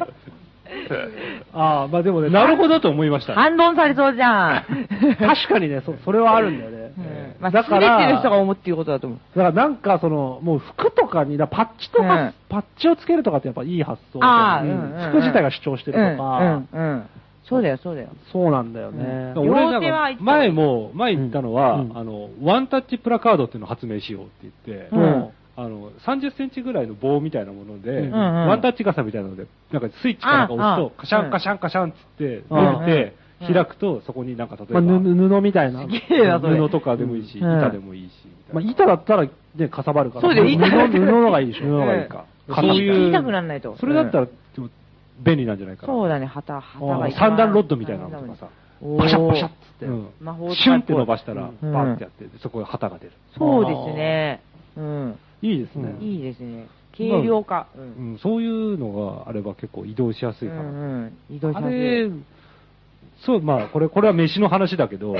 ああ、まあでもね、 なるほどと思いました。 反論されそうじゃん。 確かにね、そそれはあるんだよね。 うんまあ、 だすべてからの人が思っていることだと思う。 だからなんかその、もう服とかに、だパッチとか、 うんパッチをつけるとかってやっぱいい発想だああ、 よねうんうんうん服自体が主張してるとか、 うん、うん、うん。そうだよ、そうだよ。 そうなんだよね。 うん俺なん両手はか前も、前言ったのは、 うんあの、ワンタッチプラカードっていうのを発明しようって言って、 うんあの、さんじゅっセンチぐらいの棒みたいなもので、 うんうんワンタッチ傘みたいなので、なんかスイッチかなんか押すあと、カシャうんンカシャンカシャンっつって、 うん伸びて、 うん開くと、そこになんか例えまあ、 ば、 布布みたいな。 すげえな、それ。 布とかでもいいし、 うん板でもいいし、 まあ、板だったら、ね、かさばるから。 そうだよ板布布のがいいでしょ。 布がいいか。 うんそう切り切りたいう、 くなんないと。 それだったら、でも便利なんじゃないかな。 そうだね、旗、旗が一番三段ロッドみたいなのとかさ、パシャッパシャッつって、 魔法シュンって伸ばしたら、バンってやって、そこで旗が出る。 そうですね。うん。 いいですね。 いいですね。軽量化。 うん。そういうのがあれば結構移動しやすいかな。うん。 移動しやすい。 あれ、そう、まあ、これ、これは飯の話だけど、うん。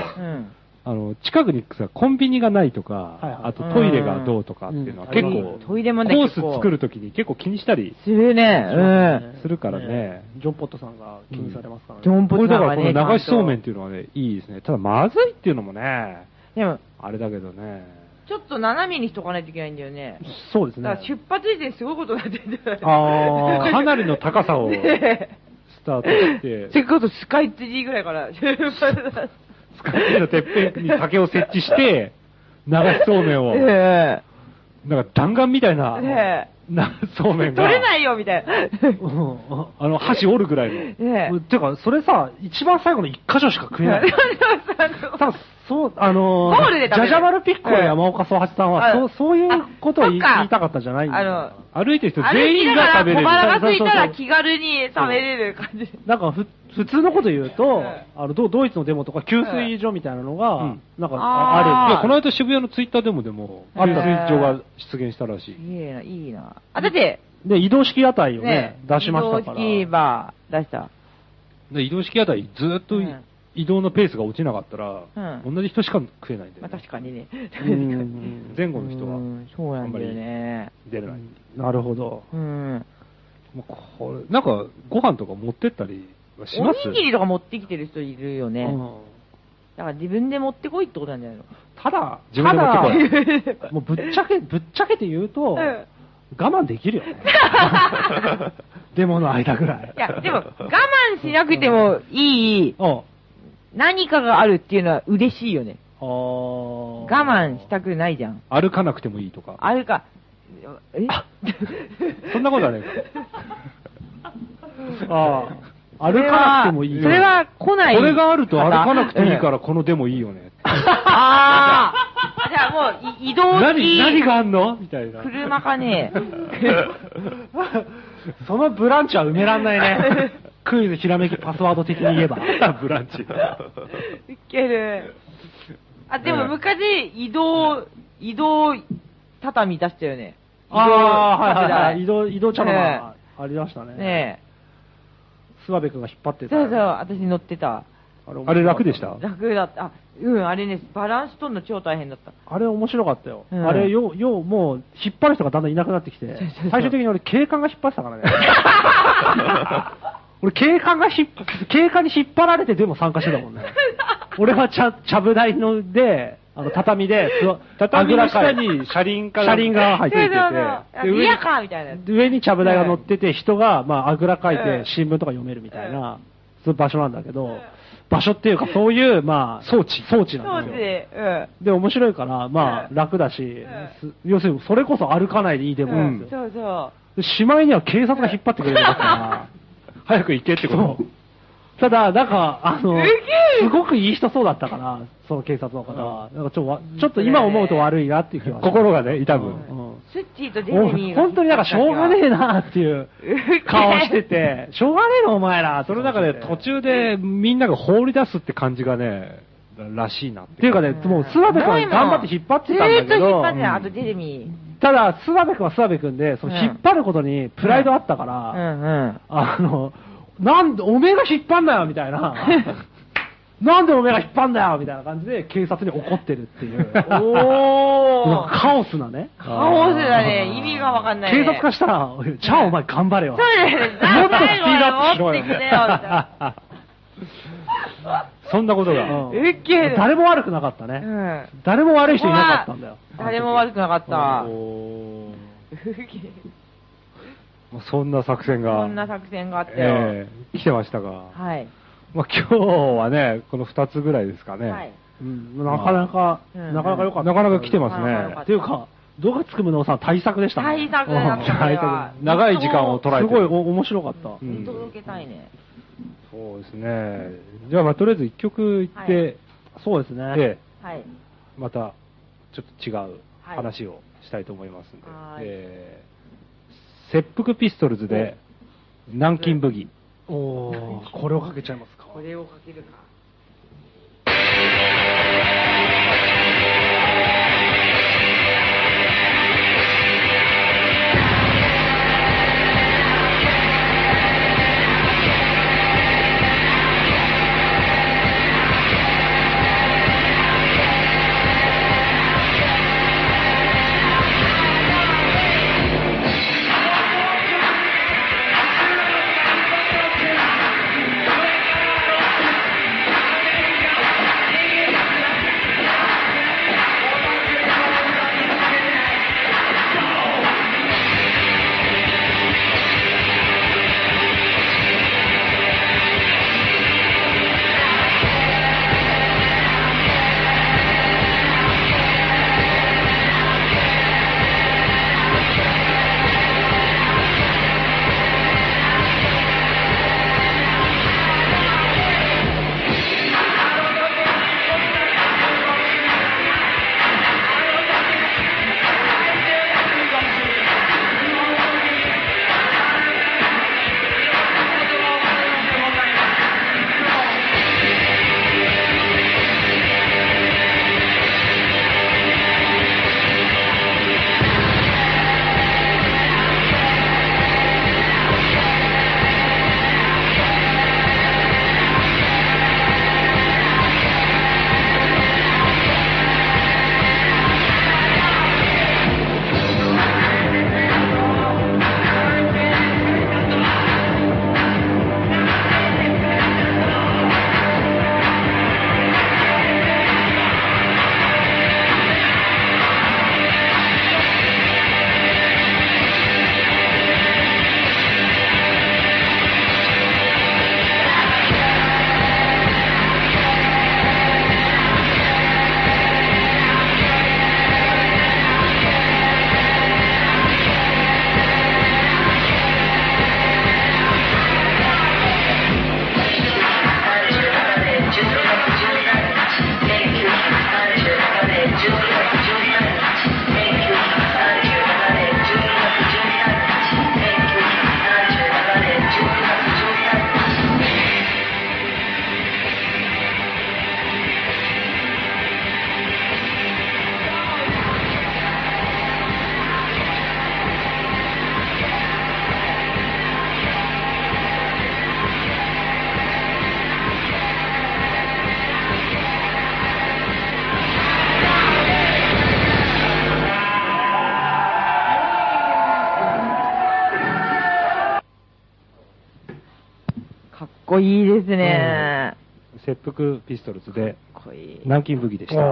あの、近くにさ、コンビニがないとか、あとトイレがどうとかっていうのは結構、 トイレもね、 コース作るときに結構気にしたりするね、 うん。するからね。 ジョンポットさんが気にされますからね。 ジョンポットさんがね。 これだからこの流しそうめんっていうのはね、いいですね。ただまずいっていうのもね、 でも、 あれだけどね。 ちょっと斜めにしとかないといけないんだよね。 そうですね。 だから出発時点すごいことになってるんだよね。 ああ、かなりの高さをスタートして。 せっかくスカイツリーぐらいから出発スカイツリーのてっぺんに竹を設置して、流しそうめんを、えー、なんか弾丸みたいな、えー、なそうめんが。 取れないよみたいな。 あの、箸折るぐらいの。 えー、てか、それさ、一番最後の一箇所しか食えない。多分そう、あのー、ジャジャバルピッコの山岡宗八さんは、そう、そういうことを言いたかったじゃないんだよ。 歩いてる人全員が食べれる。 小腹が空いたら気軽に食べれる感じ。 なんかふ、普通のこと言うと、あの、ドイツのデモとか給水所みたいなのが、なんか、あれ。いや、この間渋谷のツイッターデモでも、給水所が出現したらしい。 いいな、いいな。あ、だって、 で、移動式屋台をね、出しましたから。 移動式バー出した。 で、移動式屋台ずっと移動のペースが落ちなかったら、同じ人しか食えないんだよね。 まあ確かにね。 前後の人は、 そうなんだよね。 出れない。 なるほど。 うん。これ、なんか、ご飯とか持ってったりします？ おにぎりとか持ってきてる人いるよね。だから自分で持ってこいってことなんじゃないの？ ただ、自分で持ってこい。もうぶっちゃけ、ぶっちゃけて言うと、我慢できるよね。デモの間ぐらい。 いや、でも、我慢しなくてもいい、何かがあるっていうのは嬉しいよね。我慢したくないじゃん。 歩かなくてもいいとか。 歩か、えそんなことはないか。 ああ。歩かなくてもいい。 それは来ない。 これがあると歩かなくていいから、このデモいいよね。 ああ。じゃあもう、移動式。 何、何があんのみたいな。 車かね。 そのブランチは埋めらんないね。クイズひらめきパスワード的に言えば。 ブランチ。 いける。あ、でも昔、移動、移動、畳出したよね。 ああ、はいはいはい。移動、移動茶のがありましたね。 ねえ。 諏訪部くんが引っ張ってた。 そうそう、私乗ってた。 あれ楽でした？ 楽だった。あ、うん、あれね、バランス取るの超大変だった。 あれ面白かったよ。うん、あれ、よう、よう、もう、引っ張る人がだんだんいなくなってきて、最終的に俺、警官が引っ張ってたからね。俺、警官がひっ、警官に引っ張られてでも参加してたもんね。俺はちゃ、ちゃぶ台ので、あの、畳で、 畳の下に車輪か車輪が入ってて、 で、上に、かみたいな。 上にちゃぶ台が乗ってて、人が、まあ、あぐらかいて新聞とか読めるみたいな、そういう場所なんだけど、場所っていうか、そういう、まあ、装置、装置なんですよ。で、面白いから、まあ、楽だし、要するに、それこそ歩かないでいいデモなんですよ。 そうそう。 しまいには警察が引っ張ってくれるから、 早く行けってこと。 ただ、なんか、あの、すごくいい人そうだったから、その警察の方は。なんかちょちょっと今思うと悪いなっていう気は。 心がね、痛む。 スッチーとジェレミーが。本当になんかしょうがねえなっていう顔してて、しょうがねえのお前ら。 その中で途中でみんなが放り出すって感じがね、らしいなって。 っていうかね、もう、諏訪部君は頑張って引っ張ってたんだけど。ずーっと引っ張ってた、あとジェレミー。ただ、諏訪部君は諏訪部君で、その引っ張ることにプライドあったから、あの、なんで、おめえが引っ張んなよみたいな。なんでおめえが引っ張んだよみたいな感じで警察に怒ってるっていう。おー。カオスなね。 カオスだね。意味がわかんない、 ね。警察からしたら、じゃあお前頑張れよ。 そうだよね。 もっとスピードアップしろよ。 そんなことが。 えっけ誰も悪くなかったね。誰も悪い人いなかったんだよ。 誰も悪くなかった。 そんな作戦が。 そんな作戦があって、 えー、来てましたが。 はい。 まあ今日はね、この二つぐらいですかね。はい。 うん、なかなか、なかなか良かった。 なかなか来てますね。 っていうか、動画つくむのさん対策でしたね。 対策だった。 長い時間を捉えて。 すごい面白かった。 うん、届けたいね。 そうですね。じゃあまあとりあえず一曲いって、 そうですね。 で、 はい。 また、ちょっと違う話をしたいと思いますんで。えー切腹ピストルズで、 南京ブギ。 おー、これをかけちゃいますか。 これをかけるか。こいいですね、 うん、切腹ピストルズでかっこいい南京武器でした。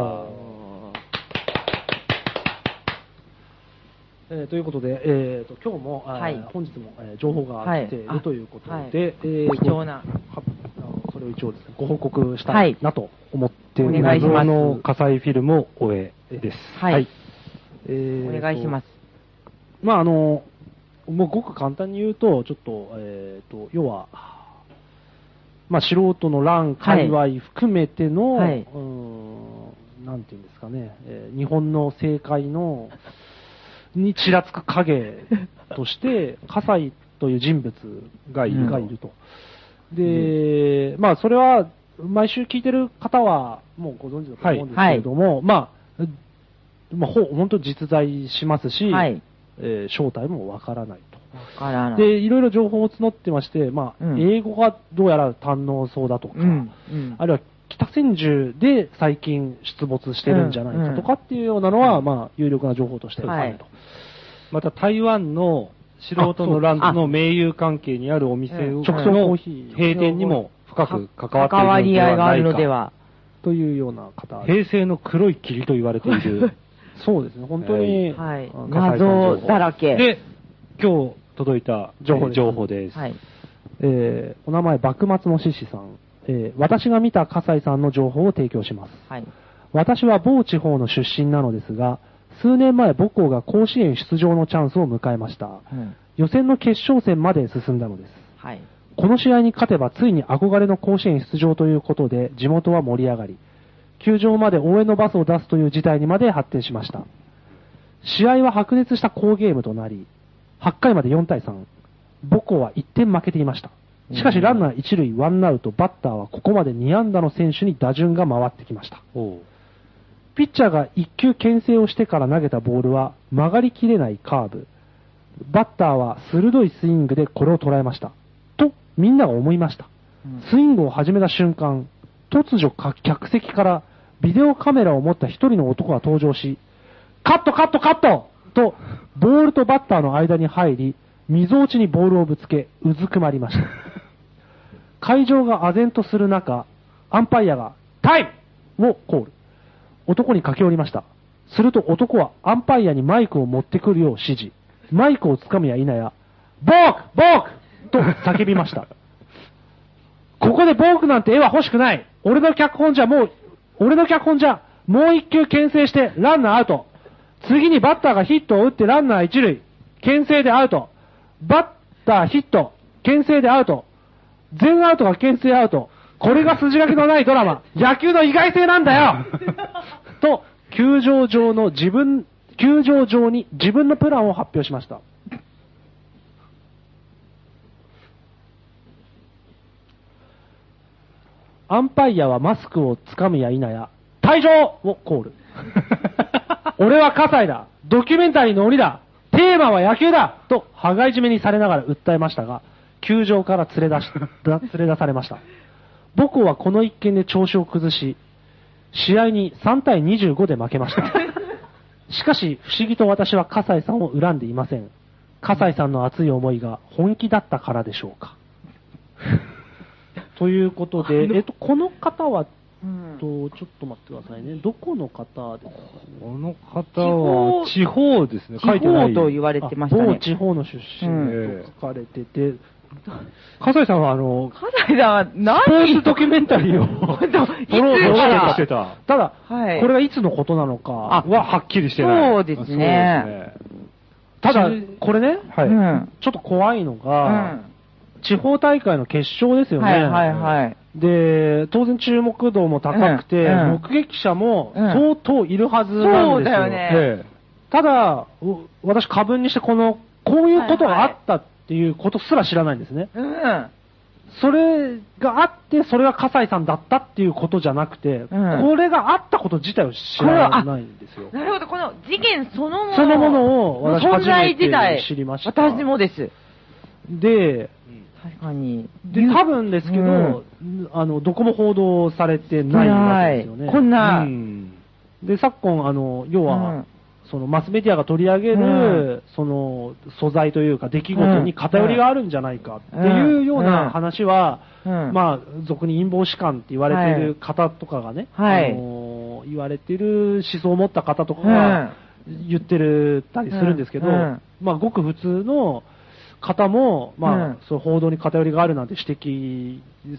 えー、ということで、えー、と今日も、はい、本日も、えー、情報が来ているということで、はいえー、貴重なそれを一応です、ね、ご報告したいなと思ってお願いします。 謎の火災フィルムを終えです。 はい、はいえー、 お願いします。 まああのもうごく簡単に言うとちょっと、えー、と要はまあ、素人の乱、界隈含めての、はい、うーんなんていうんですかね、えー、日本の政界のにちらつく影として、葛西という人物がいる,、うん、がいると。で、うん、まあ、それは、毎週聞いてる方は、もうご存知だと思うんですけれども、はい、まあ、まあ、ほ本当実在しますし、はいえー、正体もわからない。 わからないで、いろいろ情報を募ってまして、まあ、うん、英語がどうやら堪能そうだとか、うんうん、あるいは北千住で最近出没してるんじゃないかとかっていうようなのは、うん、まあ、有力な情報としてあると。はい、 また、台湾の素人のランチの盟友関係にあるお店の閉店にも深く関わっているのではないか。 関わり合いがあるのでは。 というような方。 平成の黒い霧と言われている。 そうですね、本当に。 はい。謎だらけ。 で、今日届いた情報です。情報です。 はい。えー、お名前、幕末の獅子さん。えー、私が見た葛西さんの情報を提供します。はい。私は某地方の出身なのですが、数年前母校が甲子園出場のチャンスを迎えました。うん、予選の決勝戦まで進んだのです。はい。この試合に勝てばついに憧れの甲子園出場ということで地元は盛り上がり、球場まで応援のバスを出すという事態にまで発展しました。試合は白熱した好ゲームとなり、はちかいまでよんたいさん。 母校はいってん負けていました。しかしランナー一塁ワンアウト、バッターはここまでに安打の選手に打順が回ってきました。ピッチャーがいっ球牽制をしてから投げたボールは曲がりきれないカーブ。バッターは鋭いスイングでこれを捉えました。とみんなが思いました。スイングを始めた瞬間、突如客席からビデオカメラを持った一人の男が登場し、カットカットカットとボールとバッターの間に入り、溝落ちにボールをぶつけ、うずくまりました。会場が唖然とする中、アンパイアがタイムをコール。男に駆け寄りました。すると男はアンパイアにマイクを持ってくるよう指示。マイクをつかむや否や、ボークボークと叫びました。ここでボークなんて絵は欲しくない。俺の脚本じゃもう、俺の脚本じゃもう一球牽制してランナーアウト。次にバッターがヒットを打ってランナー一塁。牽制でアウト。バッターヒット。牽制でアウト。全アウトが牽制アウト。これが筋書きのないドラマ。野球の意外性なんだよと、球場上の自分、球場上に自分のプランを発表しました。アンパイアはマスクをつかむや否や、退場をコール。俺は葛西だ。ドキュメンタリーの鬼だ。テーマは野球だと、羽交い締めにされながら訴えましたが、球場から連れ出し、連れ出されました。母校はこの一件で調子を崩し、試合にさんたいにじゅうごで負けました。しかし、不思議と私は葛西さんを恨んでいません。葛西さんの熱い思いが本気だったからでしょうか。ということで、えっと、この方は、うん、とちょっと待ってくださいね。どこの方ですか、ね、 この方は地方ですね。 書いてない。地方と言われてましたね。 某地方の出身と書かれてて、うん、 笠井さんはあの、 笠井さんは何スポーツドキュメンタリーを撮ろうとしてた。ただ、はい、これがいつのことなのかははっきりしてない。 そうですね。 ただ、これね、はいうん、ちょっと怖いのが、うん地方大会の決勝ですよね。 はいはいはい。 で、当然注目度も高くて、うんうん、目撃者も相当いるはずなんですよ。そうだよね。ただ、私過分にしてこの、こういうことがあったっていうことすら知らないんですね。はいはい、それがあって、それが笠井さんだったっていうことじゃなくて、うん、これがあったこと自体を知らないんですよ。 なるほど、この事件そのもの。 そのものを私初めて知りました。 私もです。 で、 確かに。 で、多分ですけど、うん、あの、どこも報道されてないわけですよね。 こんな。うん、で、昨今、あの、要は、うん、そのマスメディアが取り上げる、うん、その、素材というか、出来事に偏りがあるんじゃないかっていうような話は、うんうん、まあ、俗に陰謀士官って言われている方とかがね、はい、あの言われている思想を持った方とかが言ってるたりするんですけど、まあ、ごく普通の、方も、まあ、うん、そう報道に偏りがあるなんて指摘です。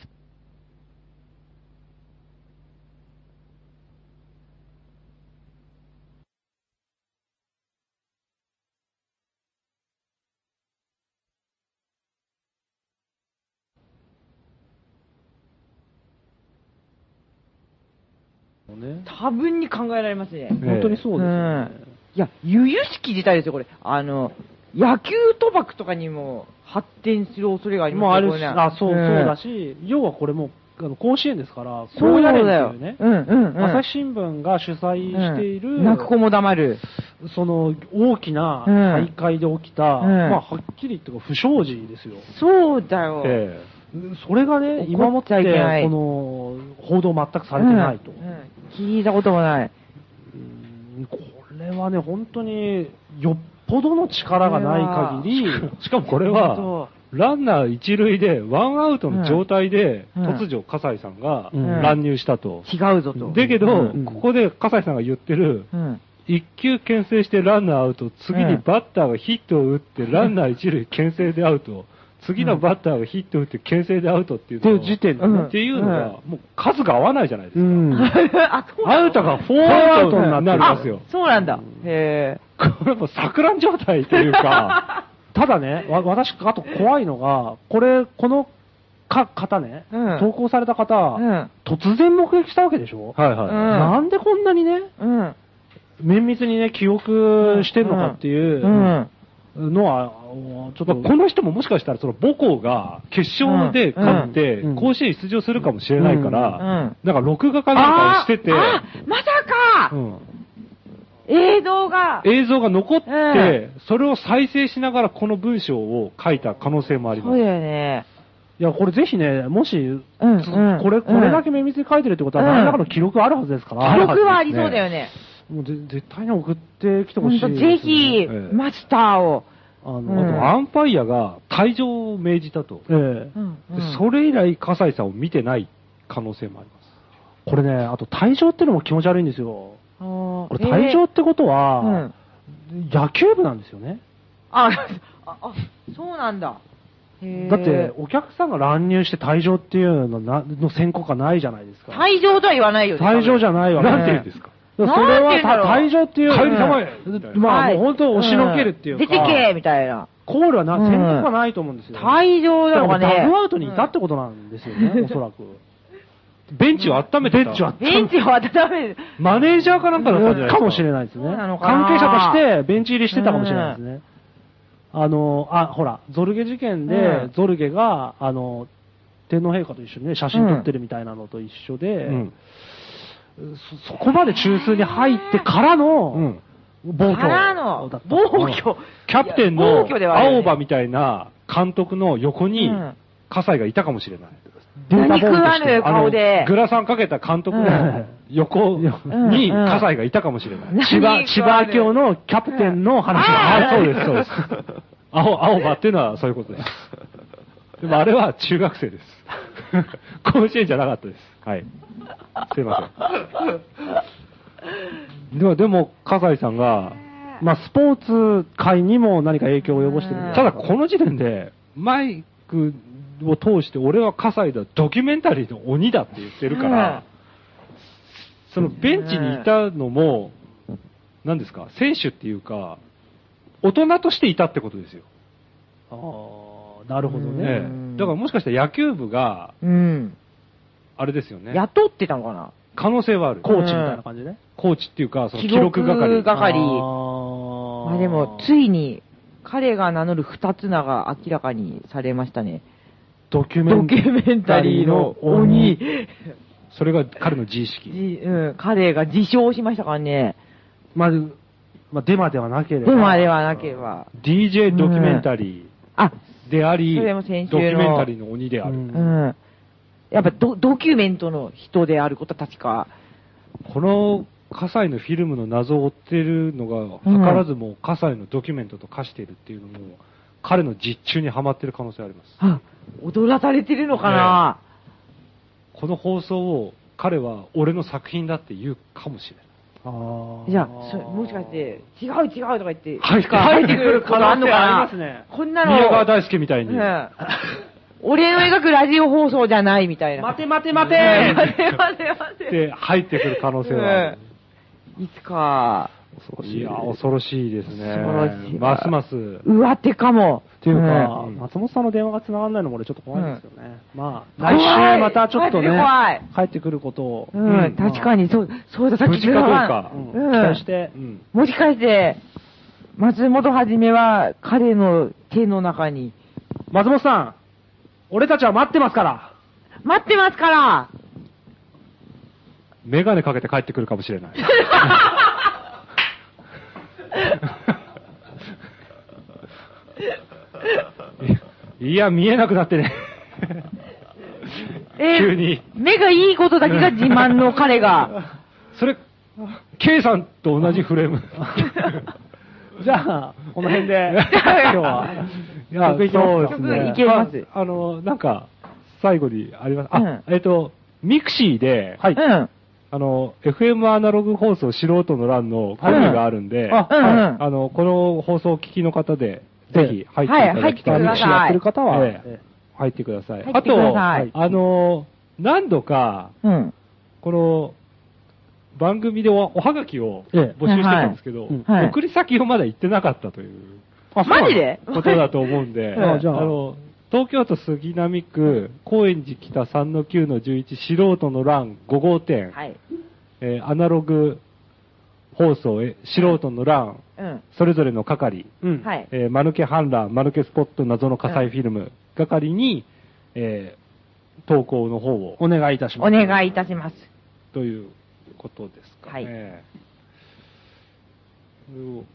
多分に考えられますね。 本当にそうですね。うん、 いや、由々しき自体ですよ、これ。あの、野球賭博とかにも発展する恐れがありますよね。もうあるし、あ、そう、そうだし、要はこれもあの甲子園ですから、こうやれっていうね、うんうんうん、朝日新聞が主催している、 うん、泣く子も黙る、 その大きな大会で起きた、うん、まあはっきり言って不祥事ですよ。 そうだよ。 ええ、それがね、今もってこの報道全くされてないと、うんうん。 聞いたこともない。 うん、これはね、本当によっほどの力がない限り、 しかもこれは、ランナー一塁で、ワンアウトの状態で、うん、突如、笠井さんが乱入したと。 うん、違うぞと。 だけど、うん、ここで笠井さんが言ってる、一、うん、球牽制してランナーアウト、次にバッターがヒットを打って、ランナー一塁牽制でアウト、次のバッターがヒットを打って牽制でアウトっていうのが、 時点で、ね、 っていうのが、もう数が合わないじゃないですか。うん、 アウトがフォーアウトになってるんですよ。 そうなんだ。へー。これも錯乱状態というか、ただね、わ、私、あと怖いのが、これ、このか方ね、うん、投稿された方、うん、突然目撃したわけでしょ、 はいはい、うん、 なんでこんなにね、うん、綿密にね、記憶してるのかっていう、うんうん、 のは、ちょっと、 この人ももしかしたらその母校が決勝で勝って、甲子園出場するかもしれないから、なんか録画かなんかをしてて、 あ、まさか、映像が。 映像が残って、それを再生しながらこの文章を書いた可能性もあります。 そうだよね。 いや、これぜひね、もし、これ、これだけ綿密に書いてるってことは何らかの記録あるはずですから。 記録はありそうだよね。 もう絶対に送ってきてほしいです、ね。 ぜひ、マスターを。 あの、うん、あと、アンパイアが退場を命じたと。ええうんうん、それ以来、葛西さんを見てない可能性もあります。 これね、あと退場ってのも気持ち悪いんですよ。これ退場ってことは、えーうん、野球部なんですよね。 あ、あ、あそうなんだ。 だって、お客さんが乱入して退場っていうのなの選考がないじゃないですか。 退場とは言わないよね。 退場じゃないわけ。 なんて言うんですか。 それは退場っていう。 帰りたまえ。 まあ、もう本当押しのけるっていうか。 出てけみたいな。 コールはな、選択はないと思うんですよ。 退場だからね。 ダグアウトにいたってことなんですよね、おそらく。 ベンチを温めてベンチを温めベンチを温める。 マネージャーかなんかだったんじゃないですか。 かもしれないですね。関係者としてベンチ入りしてたかもしれないですね。あの、あ、ほら、ゾルゲ事件で、ゾルゲが、あの、天皇陛下と一緒にね、写真撮ってるみたいなのと一緒で、そ, そこまで中枢に入ってからの、暴挙。 からの、暴挙。 キャプテンの青葉みたいな監督の横に、葛西がいたかもしれない。 何食わぬ顔で。 グラサンかけた監督の横に葛西がいたかもしれない。 千葉、千葉教のキャプテンの話が。 あ、そうです、そうです。青、青葉っていうのはそういうことです。でもあれは中学生です。甲子園じゃなかったです。はい。すいません。でも、でも、葛西さんが、 まあ、スポーツ界にも何か影響を及ぼしてる。 ただ、この時点で、マイクを通して、俺は葛西だ、ドキュメンタリーの鬼だって言ってるから、そのベンチにいたのも、何ですか、選手っていうか、大人としていたってことですよ。 ああ、なるほどね。 だからもしかしたら野球部が、うん、あれですよね。 雇ってたのかな？ 可能性はある。 コーチみたいな感じね。 コーチっていうか、その記録係。 記録係。あまあでも、ついに、彼が名乗る二つ名が明らかにされましたね。 ドキュメンドキュメンタリーの鬼。 それが彼の自意識。 うん、彼が自称しましたからね。 まず、まあ、デマではなければ。 デマではなければ。 ディージェー ドキュメンタリーであり、 それも先週のドキュメンタリーの鬼である。うん。 やっぱドドキュメントの人であることは確か。 この葛西のフィルムの謎を追ってるのが、図らずも葛西のドキュメントと化しているっていうのも、彼の実中にはまってる可能性あります。 あ、踊らされてるのかな、 ね、この放送を彼は俺の作品だって言うかもしれない。 あじゃあ、そもしかして、違う違うとか言って、 入ってくる可能性ありますね。 こんなの。 宮川大輔みたいに。 うん俺の描くラジオ放送じゃないみたいな。 待て待て待て待て待て待てで、入ってくる可能性はある。 いつか。 恐ろしい。いや、恐ろしいですね。 恐ろしい。 ますます。 上手かも。 っていうか、松本さんの電話が繋がらないのも俺ちょっと怖いんですよね。まあ、来週またちょっとね、帰ってくることを。 うん、確かに、そう、そうだ、さっき無事かどうか。 期待して。 もしかして、松本はじめは彼の手の中に。 松本さん俺たちは待ってますから。 待ってますからメガネかけて帰ってくるかもしれない。いや、見えなくなってね。 えー、 急に。 目がいいことだけが自慢の彼が。 それ、K さんと同じフレーム。 じゃあ、この辺で、今日は。 いや、そうですね。 いけます。 あの、なんか、最後にあります。あ、えっと、ミクシーで、 はい。あの、エフエム アナログ放送素人の欄のコピーがあるんで、あの、この放送を聞きの方で、ぜひ入っていただきたい。 ミクシーやってる方は、 入ってください。あと、あの、何度か、この、番組でおはがきを募集してたんですけど、送り先をまだ言ってなかったという。 あ、マジでことだと思うんで、あの、東京都杉並区、高円寺北 さんのきゅうのじゅういち 素人の欄ご号店、はい、えー、アナログ放送へ、素人の欄、 うん。 それぞれの係、 うん。 はい。 えー、マヌケ反乱、マヌケスポット謎の火災フィルム、係に、えー、投稿の方を、 お願いいたします。 お願いいたします。 ということですかね。 はいこれを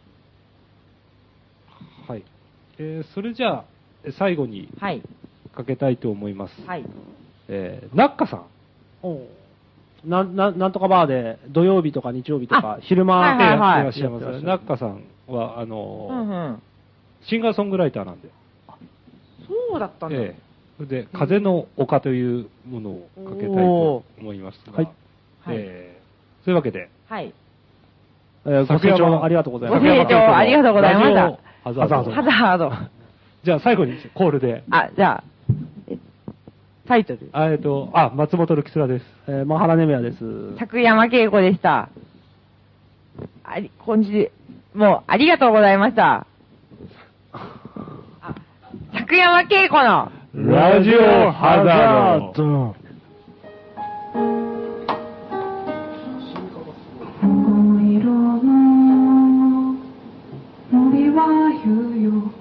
はい。えー、それじゃあ、最後にはい。 かけたいと思います。 はい。 えー、ナッカさん。 おうな、な、なんとかバーで土曜日とか日曜日とか昼間はいはいはいやってらっしゃいます。ナッカさんは、あのーうんうん。 シンガーソングライターなんで。 そうだったんだ。 ええそれで、風の丘というものをかけたいと思いますが、 はいえーそういうわけで、 はい。 えーご清聴ありがとうございます。 ご清聴ありがとうございましたラジオハザードハザードハザード。 じゃあ最後にコールで、 あ、じゃあ、えタイトル。 あえっと、あ、松本るきつらです。 えー、マハラネメアです。 作山恵子でした。あり、今週、もう、ありがとうございました。あ作山恵子の、 ラジオハザード。 青色の森は言うよ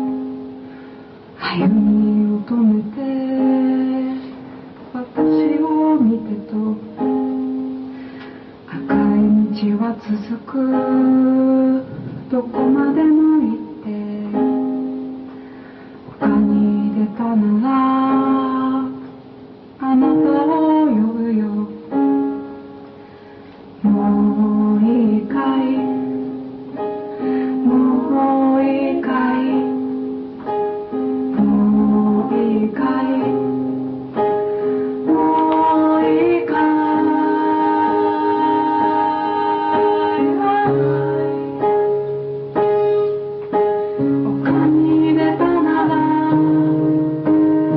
歩みを止めて私を見てと赤い道は続くどこまでも行って丘に出たならあなたを呼ぶよもういいかいもういいかいもういいかいもういいかい丘に出たなら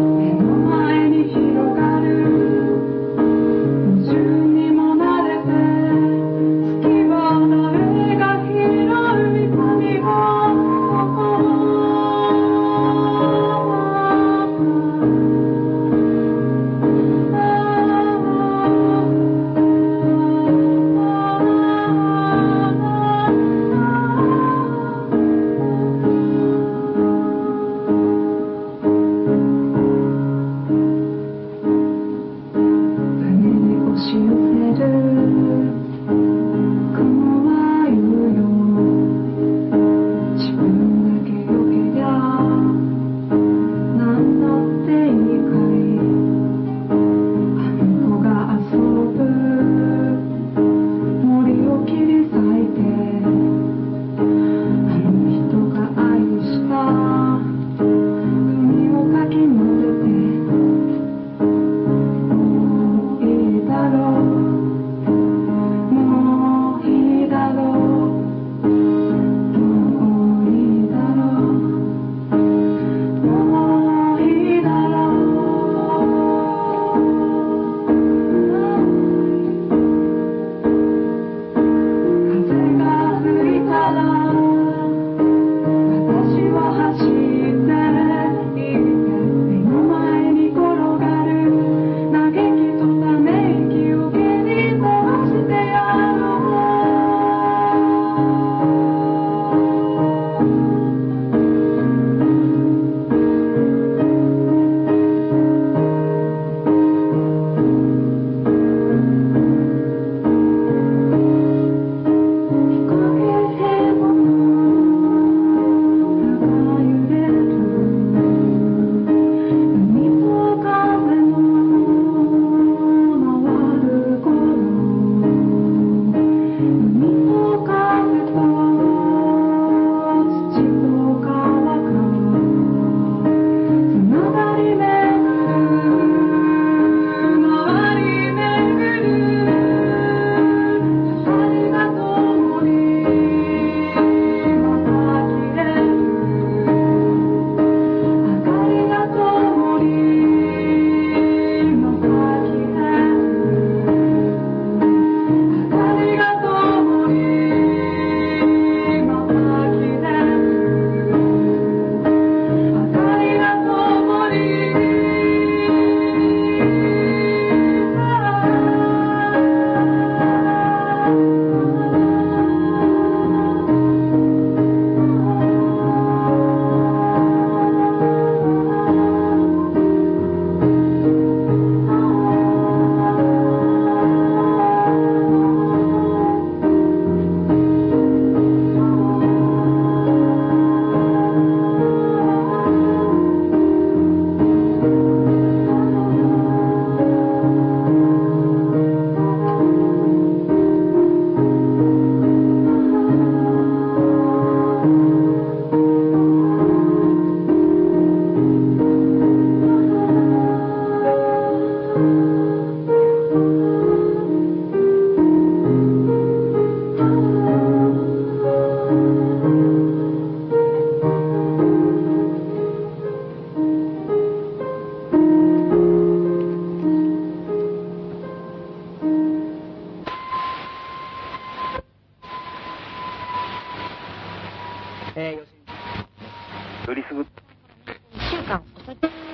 よりすぐ。 いっしゅうかん遅い。